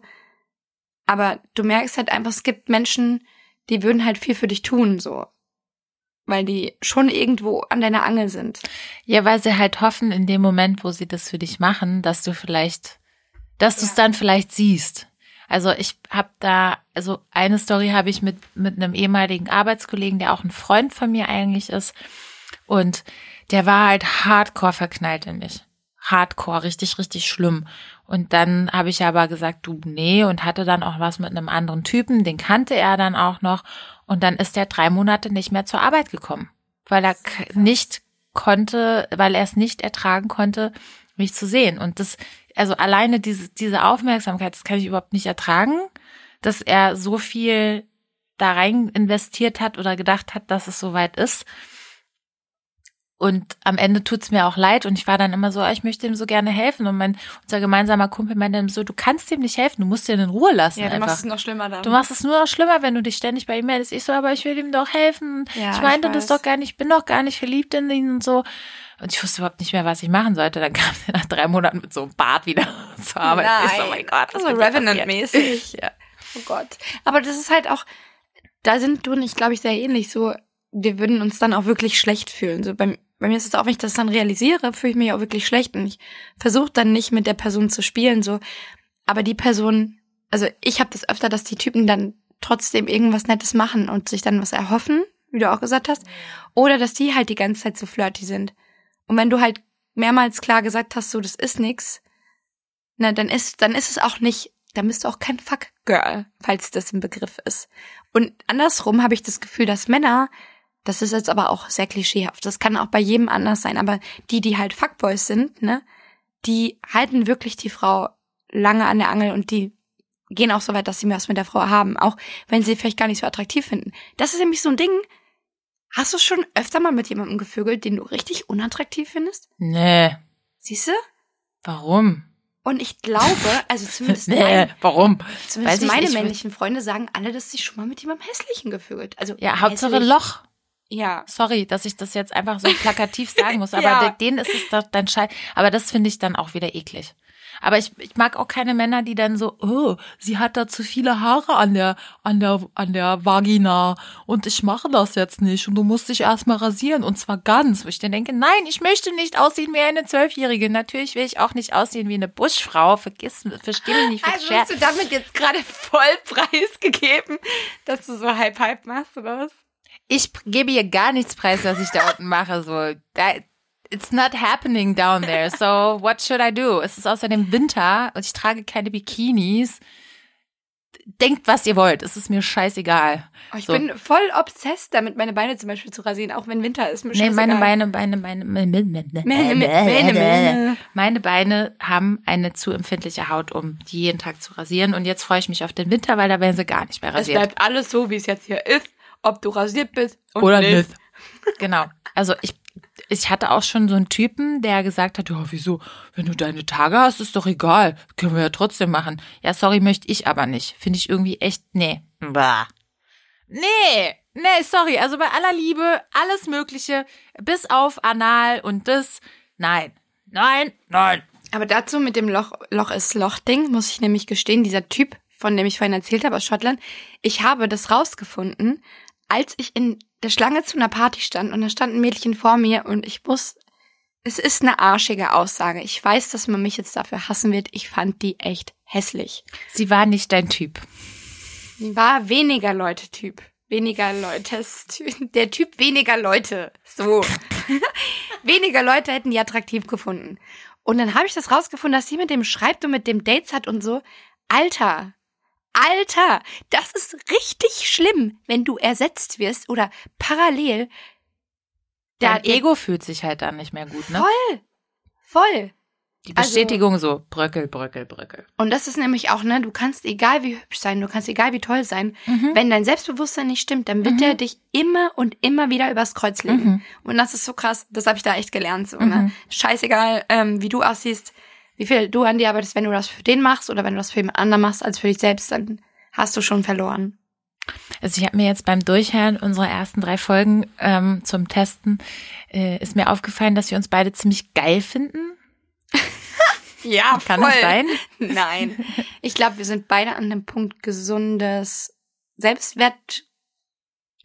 Aber du merkst halt einfach, es gibt Menschen, die würden halt viel für dich tun, so. weil die schon irgendwo an deiner Angel sind. Ja, weil sie halt hoffen, in dem Moment, wo sie das für dich machen, dass du es dann vielleicht siehst. Also ich habe eine Story habe ich mit einem ehemaligen Arbeitskollegen, der auch ein Freund von mir eigentlich ist. Und der war halt hardcore verknallt in mich. Hardcore, richtig, richtig schlimm. Und dann habe ich aber gesagt, du, nee, und hatte dann auch was mit einem anderen Typen, den kannte er dann auch noch. Und dann ist der 3 Monate nicht mehr zur Arbeit gekommen, weil er es nicht ertragen konnte, mich zu sehen. Und also alleine diese Aufmerksamkeit, das kann ich überhaupt nicht ertragen, dass er so viel da rein investiert hat oder gedacht hat, dass es soweit ist. Und am Ende tut's mir auch leid und ich war dann immer so, ich möchte ihm so gerne helfen und unser gemeinsamer Kumpel meinte dann so, du kannst ihm nicht helfen, du musst ihn in Ruhe lassen. Ja, du machst es noch schlimmer dann. Du machst es nur noch schlimmer, wenn du dich ständig bei ihm meldest. Ich so, aber ich will ihm doch helfen. Ja, ich meinte das doch gar nicht, ich bin doch gar nicht verliebt in ihn und so. Und ich wusste überhaupt nicht mehr, was ich machen sollte. Dann kam er nach 3 Monaten mit so einem Bart wieder zur Arbeit. Nein. Ich so, oh mein Gott, das ist so Revenant-mäßig. Ja. Oh Gott. Aber das ist halt auch, da sind du und ich, glaube ich, sehr ähnlich. So, wir würden uns dann auch wirklich schlecht fühlen. So bei mir ist es auch, wenn ich das dann realisiere, fühle ich mich auch wirklich schlecht. Und ich versuche dann nicht mit der Person zu spielen. So, aber die Person, also ich habe das öfter, dass die Typen dann trotzdem irgendwas Nettes machen und sich dann was erhoffen, wie du auch gesagt hast. Oder dass die halt die ganze Zeit so flirty sind. Und wenn du halt mehrmals klar gesagt hast, so, das ist nix, na, dann ist es auch nicht, dann bist du auch kein Fuck-Girl, falls das ein Begriff ist. Und andersrum habe ich das Gefühl, dass Männer, das ist jetzt aber auch sehr klischeehaft, das kann auch bei jedem anders sein, aber die halt Fuckboys sind, ne, die halten wirklich die Frau lange an der Angel und die gehen auch so weit, dass sie was mit der Frau haben, auch wenn sie vielleicht gar nicht so attraktiv finden. Das ist nämlich so ein Ding. Hast du schon öfter mal mit jemandem gevögelt, den du richtig unattraktiv findest? Nee. Siehst du? Warum? Und ich glaube, also zumindest warum? Zumindest meine männlichen Freunde sagen alle, dass sie schon mal mit jemandem Hässlichen gevögelt. Also ja, Hauptsache hässlich. Loch. Ja. Sorry, dass ich das jetzt einfach so plakativ sagen muss, aber denen ist es doch dann scheiße. Aber das finde ich dann auch wieder eklig. Aber ich mag auch keine Männer, die dann so, oh, sie hat da zu viele Haare an der Vagina und ich mache das jetzt nicht und du musst dich erstmal rasieren und zwar ganz. Wo ich dann denke, nein, ich möchte nicht aussehen wie eine 12-Jährige. Natürlich will ich auch nicht aussehen wie eine Buschfrau. Versteh mich nicht. Also hast du damit jetzt gerade voll preisgegeben, dass du so halb machst, oder was? Ich gebe ihr gar nichts preis, was ich da unten mache. So, it's not happening down there. So what should I do? Es ist außerdem Winter und ich trage keine Bikinis. Denkt, was ihr wollt. Es ist mir scheißegal. Oh, ich bin voll obsessed damit, meine Beine zum Beispiel zu rasieren, auch wenn Winter ist. Nee, meine Beine haben eine zu empfindliche Haut, um die jeden Tag zu rasieren. Und jetzt freue ich mich auf den Winter, weil da werden sie gar nicht mehr rasiert. Es bleibt alles so, wie es jetzt hier ist, ob du rasiert bist oder nicht. Genau. Also ich hatte auch schon so einen Typen, der gesagt hat, ja, wieso, wenn du deine Tage hast, ist doch egal. Können wir ja trotzdem machen. Ja, sorry, möchte ich aber nicht. Finde ich irgendwie echt, nee. Bah. Nee, sorry. Also bei aller Liebe, alles Mögliche, bis auf Anal und das, nein. Aber dazu mit dem Loch ist Loch-Ding, muss ich nämlich gestehen, dieser Typ, von dem ich vorhin erzählt habe aus Schottland, ich habe das rausgefunden, als ich in der Schlange zu einer Party stand und da stand ein Mädchen vor mir und es ist eine arschige Aussage. Ich weiß, dass man mich jetzt dafür hassen wird. Ich fand die echt hässlich. Sie war nicht dein Typ. Sie war weniger Leute-Typ. Weniger Leutes. Der Typ weniger Leute. So. Weniger Leute hätten die attraktiv gefunden. Und dann habe ich das rausgefunden, dass sie mit dem schreibt und mit dem Dates hat und so. Alter, das ist richtig schlimm, wenn du ersetzt wirst oder parallel. Dein Ego fühlt sich halt dann nicht mehr gut, ne? Voll. Die Bestätigung so, bröckel. Und das ist nämlich auch, ne, du kannst egal wie hübsch sein, du kannst egal wie toll sein, wenn dein Selbstbewusstsein nicht stimmt, dann wird der dich immer und immer wieder übers Kreuz legen. Und das ist so krass, das habe ich da echt gelernt, so, ne? Scheißegal, wie du aussiehst, wie viel du an dir arbeitest, wenn du das für den machst oder wenn du das für jemand anderen machst als für dich selbst, dann hast du schon verloren. Also ich habe mir jetzt beim Durchhören unserer ersten 3 Folgen zum Testen, ist mir aufgefallen, dass wir uns beide ziemlich geil finden. Ja, Kann das sein? Nein. Ich glaube, wir sind beide an dem Punkt gesundes Selbstwertgefühl.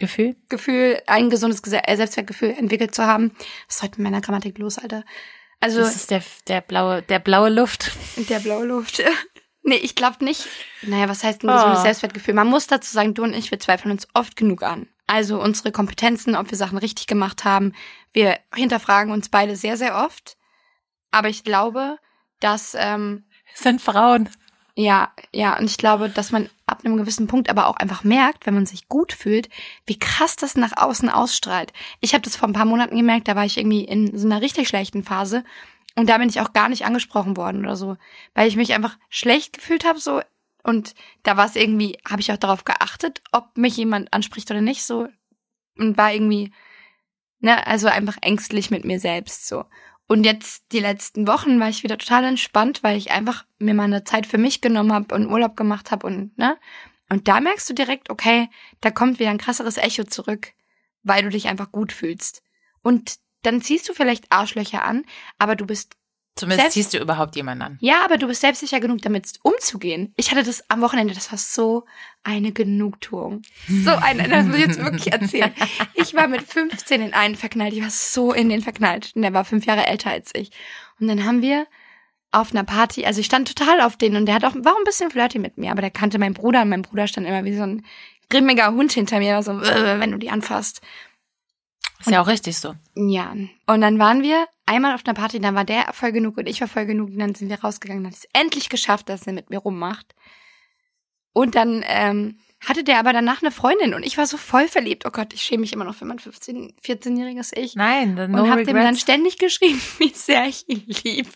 Gefühl, ein gesundes Selbstwertgefühl entwickelt zu haben. Was ist heute mit meiner Grammatik los, Alter? Also das ist der blaue Luft. Der blaue Luft. Nee, ich glaube nicht. Naja, was heißt ein gesundes Selbstwertgefühl? Man muss dazu sagen, du und ich, wir zweifeln uns oft genug an. Also unsere Kompetenzen, ob wir Sachen richtig gemacht haben. Wir hinterfragen uns beide sehr, sehr oft. Aber ich glaube, dass sind Frauen. Ja, und ich glaube, dass man ab einem gewissen Punkt aber auch einfach merkt, wenn man sich gut fühlt, wie krass das nach außen ausstrahlt. Ich habe das vor ein paar Monaten gemerkt, da war ich irgendwie in so einer richtig schlechten Phase und da bin ich auch gar nicht angesprochen worden oder so, weil ich mich einfach schlecht gefühlt habe so und da war es irgendwie, habe ich auch darauf geachtet, ob mich jemand anspricht oder nicht so und war irgendwie, also einfach ängstlich mit mir selbst so. Und jetzt die letzten Wochen war ich wieder total entspannt, weil ich einfach mir mal eine Zeit für mich genommen habe und Urlaub gemacht habe und da merkst du direkt, okay, da kommt wieder ein krasseres Echo zurück, weil du dich einfach gut fühlst. Und dann ziehst du vielleicht Arschlöcher an, aber du bist zumindest ziehst du überhaupt jemanden an. Ja, aber du bist selbstsicher genug, damit umzugehen. Ich hatte das am Wochenende, das war so eine Genugtuung. Das muss ich jetzt wirklich erzählen. Ich war mit 15 in einen verknallt. Ich war so in den verknallt. Und der war 5 Jahre älter als ich. Und dann haben wir auf einer Party, also ich stand total auf den und der war auch ein bisschen flirty mit mir, aber der kannte meinen Bruder und mein Bruder stand immer wie so ein grimmiger Hund hinter mir, war so, wenn du die anfasst. Ist ja auch richtig so. Ja. Und dann waren wir einmal auf einer Party, dann war der voll genug und ich war voll genug und dann sind wir rausgegangen, dann hat es endlich geschafft, dass er mit mir rummacht. Und dann hatte der aber danach eine Freundin und ich war so voll verliebt. Oh Gott, ich schäme mich immer noch für mein 14-jähriges Ich. Nein, no und habe dem dann ständig geschrieben, wie sehr ich ihn liebe.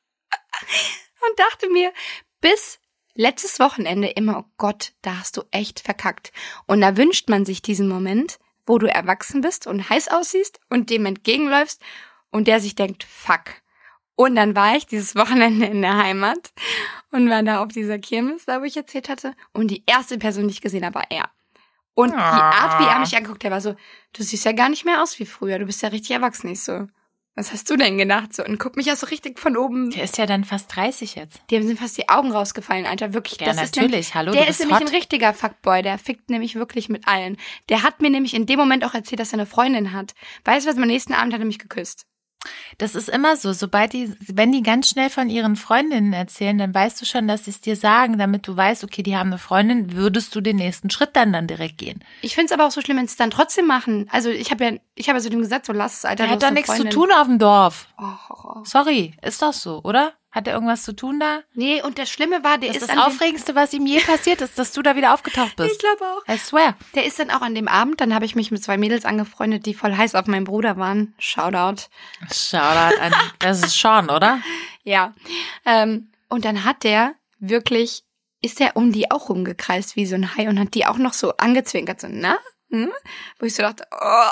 Und dachte mir, bis letztes Wochenende immer, oh Gott, da hast du echt verkackt. Und da wünscht man sich diesen Moment, wo du erwachsen bist und heiß aussiehst und dem entgegenläufst und der sich denkt, fuck. Und dann war ich dieses Wochenende in der Heimat und war da auf dieser Kirmes, da wo ich erzählt hatte. Und die erste Person, die ich gesehen habe, war er. Und die Art, wie er mich anguckt, der war so, du siehst ja gar nicht mehr aus wie früher, du bist ja richtig erwachsen. Ich so, was hast du denn gedacht? So, und guck mich ja so richtig von oben. Der ist ja dann fast 30 jetzt. Dem sind fast die Augen rausgefallen, Alter. Wirklich. Ja, das natürlich. Hallo, der ist nämlich ein richtiger Fuckboy. Der fickt nämlich wirklich mit allen. Der hat mir nämlich in dem Moment auch erzählt, dass er eine Freundin hat. Weißt du was? Am nächsten Abend hat er mich geküsst. Das ist immer so. Wenn die ganz schnell von ihren Freundinnen erzählen, dann weißt du schon, dass sie es dir sagen, damit du weißt, okay, die haben eine Freundin, würdest du den nächsten Schritt dann direkt gehen. Ich finde es aber auch so schlimm, wenn sie es dann trotzdem machen. Also ich habe ja zu dem gesagt, so lass es, Alter. Der hat doch nichts zu tun auf dem Dorf. Oh. Sorry, ist doch so, oder? Hat er irgendwas zu tun da? Nee, und das Schlimme war, der ist das Aufregendste, was ihm je passiert ist, dass du da wieder aufgetaucht bist. Ich glaube auch. I swear. Der ist dann auch an dem Abend, dann habe ich mich mit 2 Mädels angefreundet, die voll heiß auf meinen Bruder waren. Shoutout an, das ist Sean, oder? Ja. Und dann hat der wirklich, ist der um die auch rumgekreist wie so ein Hai und hat die auch noch so angezwinkert, so, na? Wo ich so dachte,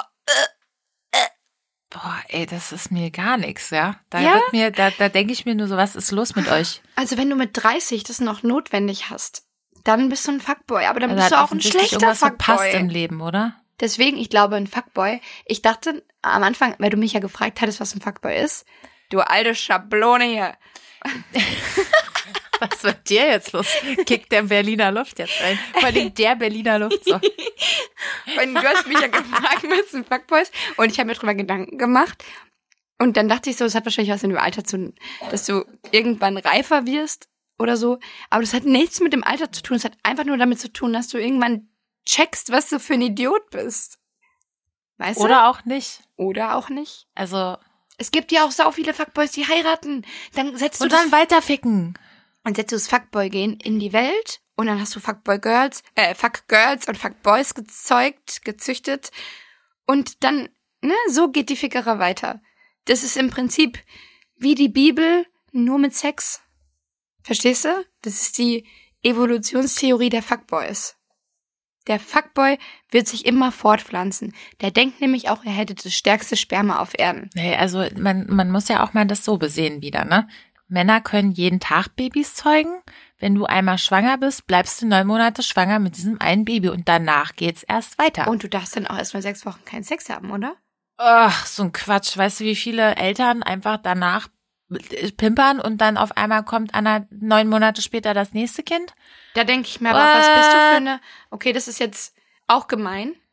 Boah, ey, das ist mir gar nichts, ja. Da denke ich mir nur so, was ist los mit euch? Also wenn du mit 30 das noch notwendig hast, dann bist du ein Fuckboy. Aber dann bist du auch ein schlechter irgendwas Fuckboy. Verpasst im Leben, oder? Deswegen, ich glaube, ein Fuckboy. Ich dachte am Anfang, weil du mich ja gefragt hattest, was ein Fuckboy ist. Du alte Schablone hier. Was wird dir jetzt los? Kickt der Berliner Luft jetzt rein. Vor allem der Berliner Luft so. Und du hast mich ja gefragt, was ein Fuckboy ist. Und ich habe mir drüber Gedanken gemacht. Und dann dachte ich so, es hat wahrscheinlich was mit dem Alter zu tun, dass du irgendwann reifer wirst oder so. Aber das hat nichts mit dem Alter zu tun. Es hat einfach nur damit zu tun, dass du irgendwann checkst, was du für ein Idiot bist. Weißt du? Oder auch nicht. Oder auch nicht. Also. Es gibt ja auch sau viele Fuckboys, die heiraten. Dann setzt du und dann weiterficken. Und setzt du das Fuckboy-Gehen in die Welt und dann hast du Fuckgirls und Fuckboys gezüchtet und dann, so geht die Fickerei weiter. Das ist im Prinzip wie die Bibel, nur mit Sex. Verstehst du? Das ist die Evolutionstheorie der Fuckboys. Der Fuckboy wird sich immer fortpflanzen. Der denkt nämlich auch, er hätte das stärkste Sperma auf Erden. Nee, also man muss ja auch mal das so besehen wieder, ne? Männer können jeden Tag Babys zeugen. Wenn du einmal schwanger bist, bleibst du 9 Monate schwanger mit diesem einen Baby und danach geht's erst weiter. Und du darfst dann auch erstmal 6 Wochen keinen Sex haben, oder? Ach, so ein Quatsch. Weißt du, wie viele Eltern einfach danach pimpern und dann auf einmal kommt 9 Monate später das nächste Kind? Da denke ich mir aber, was bist du für eine... Okay, das ist jetzt auch gemein,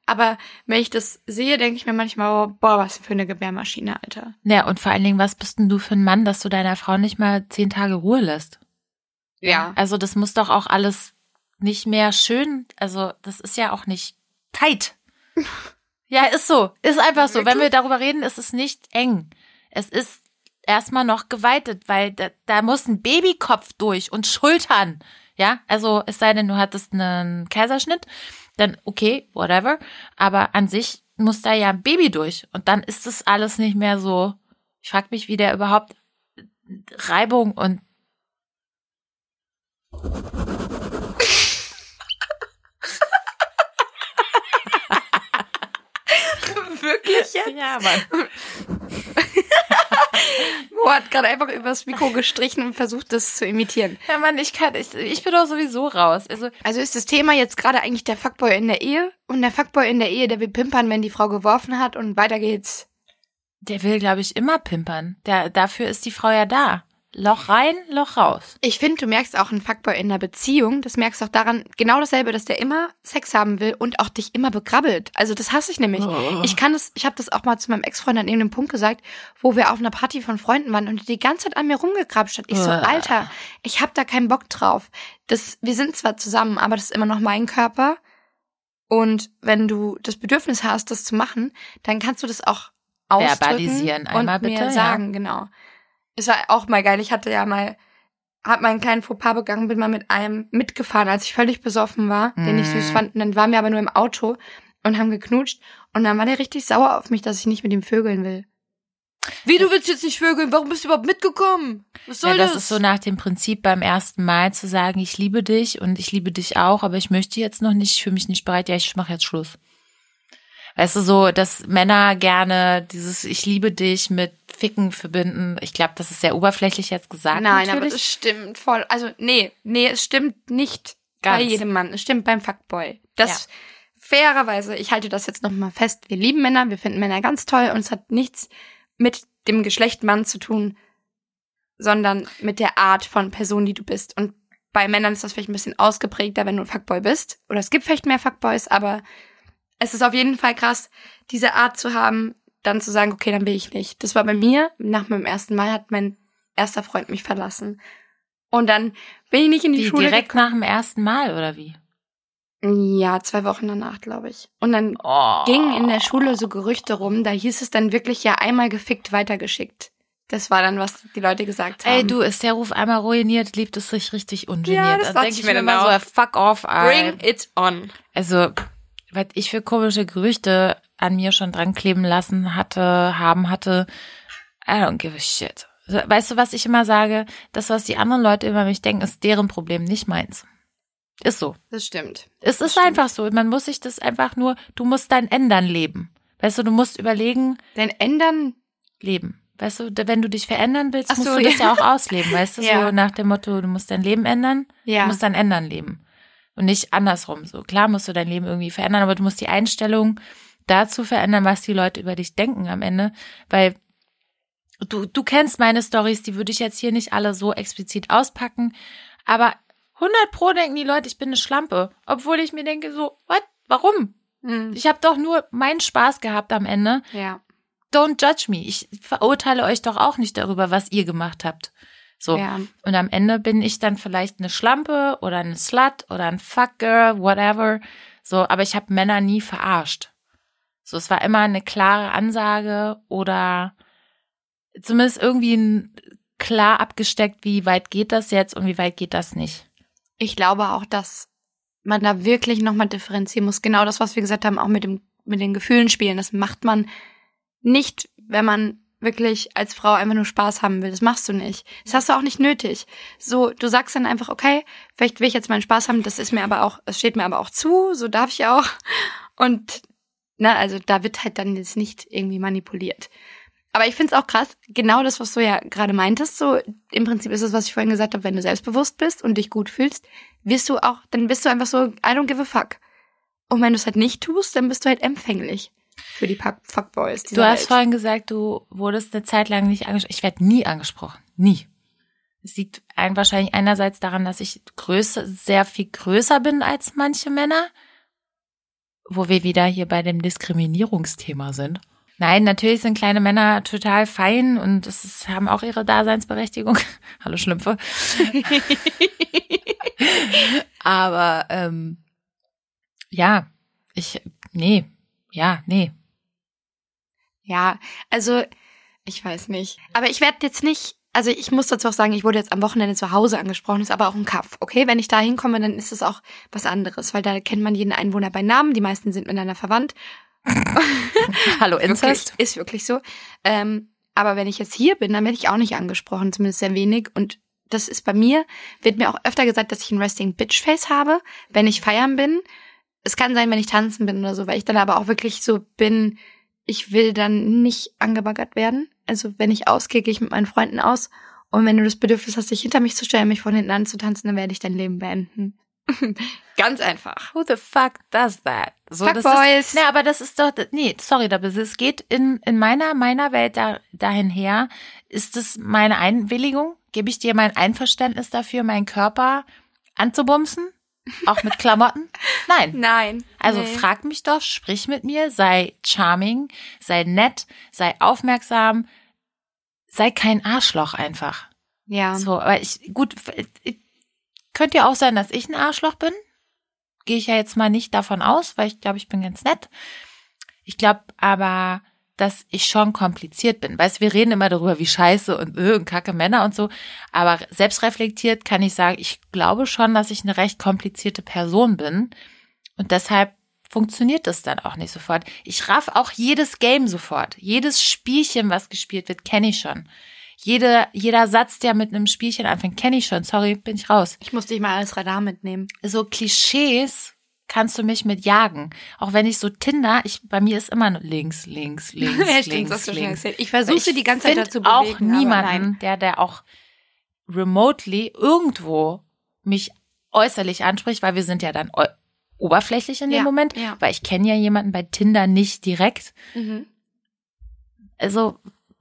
Aber wenn ich das sehe, denke ich mir manchmal, boah, was für eine Gebärmaschine, Alter. Ja, und vor allen Dingen, was bist denn du für ein Mann, dass du deiner Frau nicht mal 10 Tage Ruhe lässt? Ja. Also das muss doch auch alles nicht mehr schön, also das ist ja auch nicht tight. Ja, ist so. Ist einfach so. Wirklich? Wenn wir darüber reden, ist es nicht eng. Es ist erstmal noch geweitet, weil da muss ein Babykopf durch und Schultern. Ja, also es sei denn, du hattest einen Kaiserschnitt, dann okay, whatever. Aber an sich muss da ja ein Baby durch. Und dann ist das alles nicht mehr so. Ich frage mich, wie der überhaupt Reibung und Wirklich jetzt? ja, Mann. Mo hat gerade einfach übers Mikro gestrichen und versucht, das zu imitieren. Ja, Mann, ich bin doch sowieso raus. Also ist das Thema jetzt gerade eigentlich der Fuckboy in der Ehe? Und der Fuckboy in der Ehe, der will pimpern, wenn die Frau geworfen hat und weiter geht's. Der will, glaube ich, immer pimpern. Dafür ist die Frau ja da. Loch rein, Loch raus. Ich finde, du merkst auch einen Fuckboy in einer Beziehung, das merkst du auch daran, genau dasselbe, dass der immer Sex haben will und auch dich immer begrabbelt. Also das hasse ich nämlich. Oh. Ich habe das auch mal zu meinem Ex-Freund an irgendeinem Punkt gesagt, wo wir auf einer Party von Freunden waren und die ganze Zeit an mir rumgekrabscht hat. Ich so, Alter, ich hab da keinen Bock drauf. Wir sind zwar zusammen, aber das ist immer noch mein Körper. Und wenn du das Bedürfnis hast, das zu machen, dann kannst du das auch ausdrücken verbalisieren einmal und bitte, mir sagen, genau. Es war auch mal geil. Ich hatte ja mal, hab meinen kleinen Fauxpas begangen, bin mal mit einem mitgefahren, als ich völlig besoffen war, den ich süß fand. Und dann waren wir aber nur im Auto und haben geknutscht. Und dann war der richtig sauer auf mich, dass ich nicht mit ihm vögeln will. Wie, du willst jetzt nicht vögeln? Warum bist du überhaupt mitgekommen? Was soll das? Das ist so nach dem Prinzip beim ersten Mal zu sagen, ich liebe dich und ich liebe dich auch, aber ich möchte jetzt noch nicht, ich fühle mich nicht bereit, ja, ich mache jetzt Schluss. Weißt du, so, dass Männer gerne dieses Ich liebe dich mit Ficken verbinden. Ich glaube, das ist sehr oberflächlich jetzt gesagt. Nein, natürlich. aber es stimmt voll. Also, nee, es stimmt nicht bei jedem Mann. Es stimmt beim Fuckboy. Das, fairerweise, ich halte das jetzt nochmal fest. Wir lieben Männer, wir finden Männer ganz toll und es hat nichts mit dem Geschlecht Mann zu tun, sondern mit der Art von Person, die du bist. Und bei Männern ist das vielleicht ein bisschen ausgeprägter, wenn du ein Fuckboy bist. Oder es gibt vielleicht mehr Fuckboys, aber es ist auf jeden Fall krass, diese Art zu haben, dann zu sagen, okay, dann will ich nicht. Das war bei mir, nach meinem ersten Mal hat mein erster Freund mich verlassen. Und dann bin ich nicht in die Schule direkt gekommen. nach dem ersten Mal, oder wie? Ja, 2 Wochen danach, glaube ich. Und dann gingen in der Schule so Gerüchte rum, da hieß es dann wirklich ja einmal gefickt, weitergeschickt. Das war dann, was die Leute gesagt haben. Ey, du, ist der Ruf einmal ruiniert, liebt es sich richtig ungeniert. Ja, das Dann dachte denk ich mir dann immer auch. so, fuck off, ey. Bring it on. Also, was ich für komische Gerüchte an mir schon dran kleben lassen hatte, I don't give a shit. Weißt du, was ich immer sage? Das, was die anderen Leute über mich denken, ist deren Problem, nicht meins. Ist so. Das stimmt. Es ist einfach so. Man muss sich das einfach nur, du musst dein Ändern leben. Weißt du, du musst überlegen. Dein Ändern leben. Weißt du, wenn du dich verändern willst, Ach so, musst du das ja auch ausleben. Weißt du, Ja. so nach dem Motto, du musst dein Leben ändern, Ja. du musst dein Ändern leben. Und nicht andersrum. So klar musst du dein Leben irgendwie verändern, aber du musst die Einstellung dazu verändern, was die Leute über dich denken am Ende. Weil du kennst meine Storys, die würde ich jetzt hier nicht alle so explizit auspacken, aber 100% denken die Leute, ich bin eine Schlampe. Obwohl ich mir denke so, what? Warum? Ich habe doch nur meinen Spaß gehabt am Ende. Ja. Don't judge me. Ich verurteile euch doch auch nicht darüber, was ihr gemacht habt. So. Ja. Und am Ende bin ich dann vielleicht eine Schlampe oder eine Slut oder ein Fuckgirl, whatever. So, aber ich habe Männer nie verarscht. So, es war immer eine klare Ansage oder zumindest irgendwie klar abgesteckt, wie weit geht das jetzt und wie weit geht das nicht. Ich glaube auch, dass man da wirklich nochmal differenzieren muss. Genau das, was wir gesagt haben, auch mit den Gefühlen spielen. Das macht man nicht, wenn man wirklich als Frau einfach nur Spaß haben will. Das machst du nicht. Das hast du auch nicht nötig. So, du sagst dann einfach, okay, vielleicht will ich jetzt meinen Spaß haben, das ist mir aber auch, es steht mir aber auch zu, so darf ich auch. Und, also da wird halt dann jetzt nicht irgendwie manipuliert. Aber ich find's auch krass, genau das, was du ja gerade meintest, so im Prinzip ist es, was ich vorhin gesagt habe, wenn du selbstbewusst bist und dich gut fühlst, dann bist du einfach so, I don't give a fuck. Und wenn du es halt nicht tust, dann bist du halt empfänglich für die Fuckboys dieser Du hast Welt. vorhin gesagt, du wurdest eine Zeit lang nicht angesprochen. Ich werde nie angesprochen. Nie. Es liegt wahrscheinlich einerseits daran, dass ich sehr viel größer bin als manche Männer. wo wir wieder hier bei dem Diskriminierungsthema sind. Nein, natürlich sind kleine Männer total fein und haben auch ihre Daseinsberechtigung. Hallo Schlümpfe. Aber nee. Ja, also ich weiß nicht. Aber ich werde jetzt nicht, also ich muss dazu auch sagen, ich wurde jetzt am Wochenende zu Hause angesprochen, ist aber auch ein Kaff, okay? Wenn ich da hinkomme, dann ist es auch was anderes, weil da kennt man jeden Einwohner bei Namen, die meisten sind miteinander verwandt. Hallo Inzest. Ist wirklich so. Aber wenn ich jetzt hier bin, dann werde ich auch nicht angesprochen, zumindest sehr wenig. Und das ist bei mir, wird mir auch öfter gesagt, dass ich ein Resting Bitch Face habe, wenn ich feiern bin. Es kann sein, wenn ich tanzen bin oder so, weil ich dann aber auch wirklich so bin, ich will dann nicht angebaggert werden. Also wenn ich ausgehe, gehe ich mit meinen Freunden aus. Und wenn du das Bedürfnis hast, dich hinter mich zu stellen, mich von hinten anzutanzen, dann werde ich dein Leben beenden. Ganz einfach. Who the fuck does that? So, Fuckboys. Aber das ist doch, nee, sorry, es geht in meiner Welt dahin her, ist es meine Einwilligung? Gebe ich dir mein Einverständnis dafür, meinen Körper anzubumsen? Auch mit Klamotten? Nein. Nein. Also frag mich doch, sprich mit mir, sei charming, sei nett, sei aufmerksam, sei kein Arschloch einfach. Ja. So, aber könnte ja auch sein, dass ich ein Arschloch bin. Gehe ich ja jetzt mal nicht davon aus, weil ich glaube, ich bin ganz nett. Ich glaube aber, dass ich schon kompliziert bin. Weißt du, wir reden immer darüber, wie scheiße und kacke Männer und so. Aber selbstreflektiert kann ich sagen, ich glaube schon, dass ich eine recht komplizierte Person bin. Und deshalb funktioniert das dann auch nicht sofort. Ich raff auch jedes Game sofort. Jedes Spielchen, was gespielt wird, kenne ich schon. Jeder Satz, der mit einem Spielchen anfängt, kenne ich schon. Sorry, bin ich raus. Ich muss dich mal als Radar mitnehmen. So Klischees kannst du mich mit jagen. Auch wenn ich so Tinder, bei mir ist immer nur links. Ja, stimmt, das hast du schon erzählt. Ich versuche sie die ganze Zeit dazu bewegen. Auch niemanden, der auch remotely irgendwo mich äußerlich anspricht, weil wir sind ja dann oberflächlich in dem Moment, weil ich kenne ja jemanden bei Tinder nicht direkt. Mhm. Also,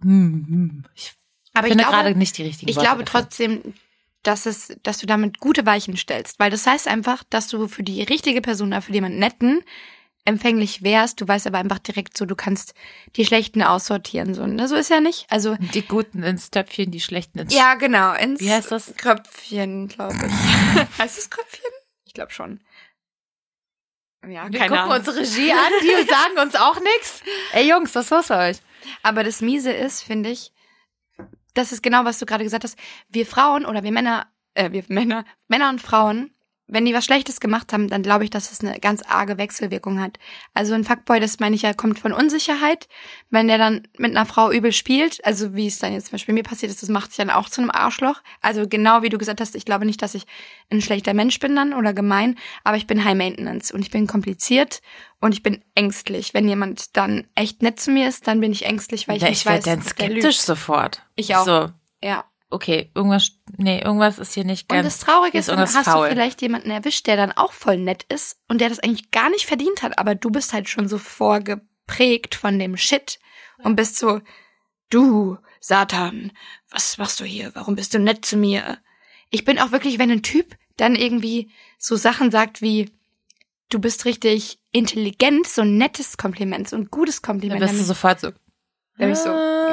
ich finde gerade nicht die richtigen Worte. Ich glaube trotzdem, dass du damit gute Weichen stellst, weil das heißt einfach, dass du für die richtige Person oder für jemanden Netten empfänglich wärst. Du weißt aber einfach direkt so, du kannst die Schlechten aussortieren. So, ne? So ist ja nicht. Also die Guten ins Töpfchen, die Schlechten ins Ja, genau. Ins Wie heißt das? Kröpfchen, glaube ich. Heißt es Kröpfchen? Ich glaube schon. Ja, wir gucken unsere Regie an, die sagen uns auch nichts. Ey Jungs, was ist los bei euch? Aber das Miese ist, finde ich, das ist genau, was du gerade gesagt hast. Wir Frauen oder Männer und Frauen, wenn die was Schlechtes gemacht haben, dann glaube ich, dass es eine ganz arge Wechselwirkung hat. Also ein Fuckboy, das meine ich ja, kommt von Unsicherheit. Wenn der dann mit einer Frau übel spielt, also wie es dann jetzt zum Beispiel mir passiert ist, das macht sich dann auch zu einem Arschloch. Also genau wie du gesagt hast, ich glaube nicht, dass ich ein schlechter Mensch bin dann oder gemein, aber ich bin High Maintenance und ich bin kompliziert und ich bin ängstlich. Wenn jemand dann echt nett zu mir ist, dann bin ich ängstlich, weil ich nicht weiß, ich werde dann skeptisch sofort. Ich auch. So. Ja. Okay, irgendwas ist hier nicht ganz. Und das Traurige ist, dann hast faul. Du vielleicht jemanden erwischt, der dann auch voll nett ist und der das eigentlich gar nicht verdient hat, aber du bist halt schon so vorgeprägt von dem Shit und bist so, du, Satan, was machst du hier? Warum bist du nett zu mir? Ich bin auch wirklich, wenn ein Typ dann irgendwie so Sachen sagt wie, du bist richtig intelligent, so ein nettes Kompliment, so ein gutes Kompliment. Dann bist du sofort so. Dann bin ich so,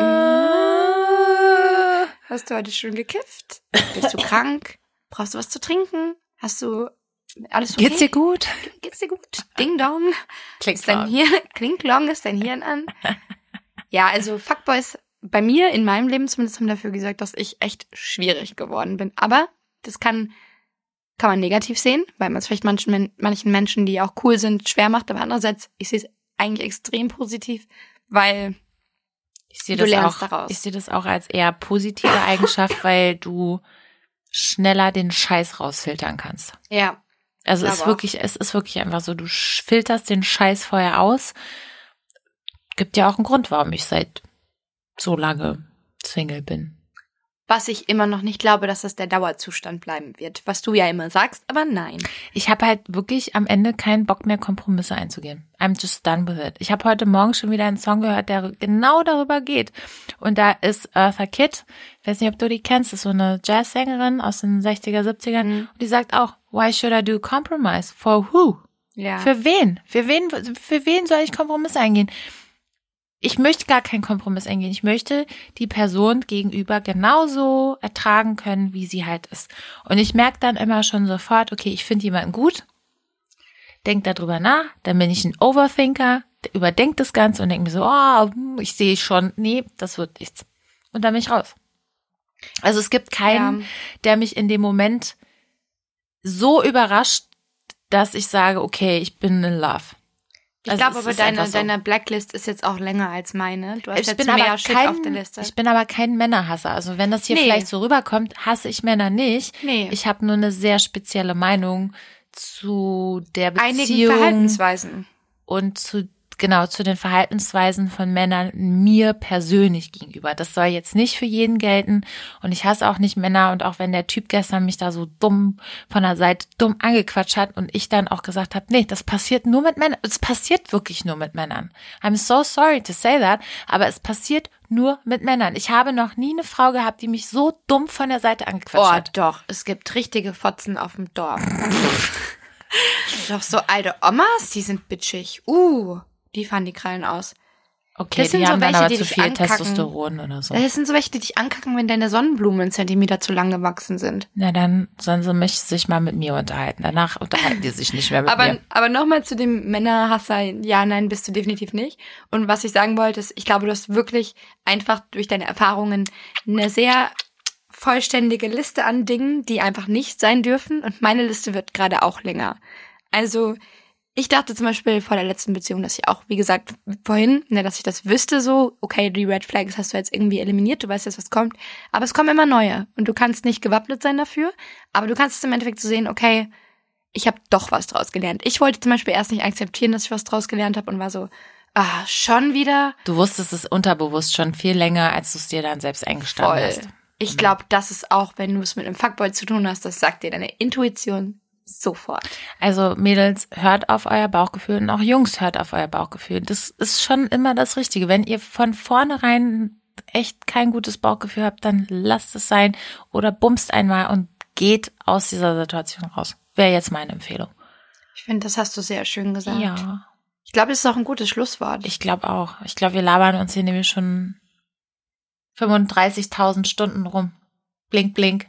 hast du heute schon gekifft? Bist du krank? Brauchst du was zu trinken? Hast du alles okay? Geht's dir gut? Geht's dir gut? Ding dong. Kling-Klong ist dein Hirn an. Ja, also Fuckboys bei mir in meinem Leben zumindest haben dafür gesorgt, dass ich echt schwierig geworden bin. Aber das kann man negativ sehen, weil man es vielleicht manchen Menschen, die auch cool sind, schwer macht. Aber andererseits, ich sehe es eigentlich extrem positiv, weil ich sehe das auch als eher positive Eigenschaft, weil du schneller den Scheiß rausfiltern kannst. Ja. Also es ist wirklich einfach so, du filterst den Scheiß vorher aus. Gibt ja auch einen Grund, warum ich seit so lange Single bin. Was ich immer noch nicht glaube, dass das der Dauerzustand bleiben wird. Was du ja immer sagst, aber nein. Ich habe halt wirklich am Ende keinen Bock mehr, Kompromisse einzugehen. I'm just done with it. Ich habe heute Morgen schon wieder einen Song gehört, der genau darüber geht. Und da ist Eartha Kitt, ich weiß nicht, ob du die kennst, das ist so eine Jazzsängerin aus den 60er, 70ern. Und die sagt auch, why should I do compromise? For who? Ja. Für wen? Für wen soll ich Kompromisse eingehen? Ich möchte gar keinen Kompromiss eingehen. Ich möchte die Person gegenüber genauso ertragen können, wie sie halt ist. Und ich merke dann immer schon sofort, okay, ich finde jemanden gut, denk darüber nach, dann bin ich ein Overthinker, der überdenkt das Ganze und denkt mir so, oh, ich sehe schon, nee, das wird nichts. Und dann bin ich raus. Also es gibt keinen, der mich in dem Moment so überrascht, dass ich sage, okay, ich bin in love. Ich glaube aber, deine Blacklist ist jetzt auch länger als meine. Du hast jetzt mehr Shit auf der Liste. Ich bin aber kein Männerhasser. Also wenn das hier vielleicht so rüberkommt, hasse ich Männer nicht. Nee. Ich habe nur eine sehr spezielle Meinung zu der Beziehung. Einigen Verhaltensweisen. Und zu den Verhaltensweisen von Männern mir persönlich gegenüber. Das soll jetzt nicht für jeden gelten und ich hasse auch nicht Männer und auch wenn der Typ gestern mich da so dumm von der Seite dumm angequatscht hat und ich dann auch gesagt habe, nee, das passiert nur mit Männern. Es passiert wirklich nur mit Männern. I'm so sorry to say that, aber es passiert nur mit Männern. Ich habe noch nie eine Frau gehabt, die mich so dumm von der Seite angequatscht hat. Oh, doch. Es gibt richtige Fotzen auf dem Dorf. Doch so alte Omas, die sind bitchig. Die fahren die Krallen aus. Okay, das die haben dann aber zu viel Testosteron oder so. Das sind so welche, die dich ankacken, wenn deine Sonnenblumen einen Zentimeter zu lang gewachsen sind. Na, dann sollen sie sich mal mit mir unterhalten. Danach unterhalten die sich nicht mehr mit mir. Aber nochmal zu dem Männerhasser. Ja, nein, bist du definitiv nicht. Und was ich sagen wollte, ist, ich glaube, du hast wirklich einfach durch deine Erfahrungen eine sehr vollständige Liste an Dingen, die einfach nicht sein dürfen. Und meine Liste wird gerade auch länger. Also ich dachte zum Beispiel vor der letzten Beziehung, dass ich auch, wie gesagt, vorhin, dass ich das wüsste so, okay, die Red Flags hast du jetzt irgendwie eliminiert, du weißt jetzt, was kommt. Aber es kommen immer neue und du kannst nicht gewappnet sein dafür, aber du kannst es im Endeffekt so sehen, okay, ich habe doch was draus gelernt. Ich wollte zum Beispiel erst nicht akzeptieren, dass ich was draus gelernt habe und war so, schon wieder. Du wusstest es unterbewusst schon viel länger, als du es dir dann selbst eingestanden hast. Ich glaube, das ist auch, wenn du es mit einem Fuckboy zu tun hast, das sagt dir deine Intuition sofort. Also Mädels, hört auf euer Bauchgefühl und auch Jungs, hört auf euer Bauchgefühl. Das ist schon immer das Richtige. Wenn ihr von vornherein echt kein gutes Bauchgefühl habt, dann lasst es sein oder bumst einmal und geht aus dieser Situation raus. Wäre jetzt meine Empfehlung. Ich finde, das hast du sehr schön gesagt. Ja. Ich glaube, das ist auch ein gutes Schlusswort. Ich glaube auch. Ich glaube, wir labern uns hier nämlich schon 35.000 Stunden rum. Blink, blink.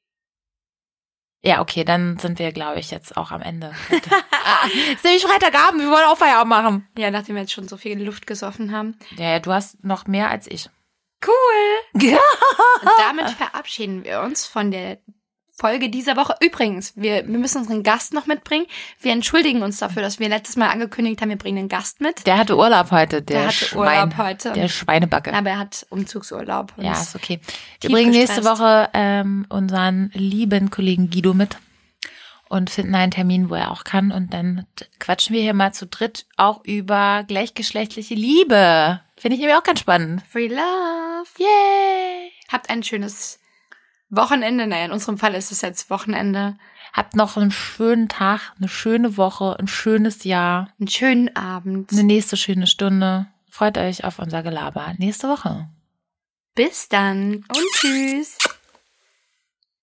Ja, okay, dann sind wir, glaube ich, jetzt auch am Ende. Es ist nämlich Freitagabend, wir wollen auch Feierabend machen. Ja, nachdem wir jetzt schon so viel Luft gesoffen haben. Ja, du hast noch mehr als ich. Cool. Ja. Und damit verabschieden wir uns von der Folge dieser Woche. Übrigens, wir müssen unseren Gast noch mitbringen. Wir entschuldigen uns dafür, dass wir letztes Mal angekündigt haben, wir bringen einen Gast mit. Der hatte Urlaub heute, der Schweinebacke. Aber er hat Umzugsurlaub. Ja, ist okay. Wir bringen nächste Woche unseren lieben Kollegen Guido mit und finden einen Termin, wo er auch kann. Und dann quatschen wir hier mal zu dritt auch über gleichgeschlechtliche Liebe. Finde ich nämlich auch ganz spannend. Free Love. Yay! Habt ein schönes Wochenende. Naja, in unserem Fall ist es jetzt Wochenende. Habt noch einen schönen Tag, eine schöne Woche, ein schönes Jahr. Einen schönen Abend. Eine nächste schöne Stunde. Freut euch auf unser Gelaber nächste Woche. Bis dann und tschüss.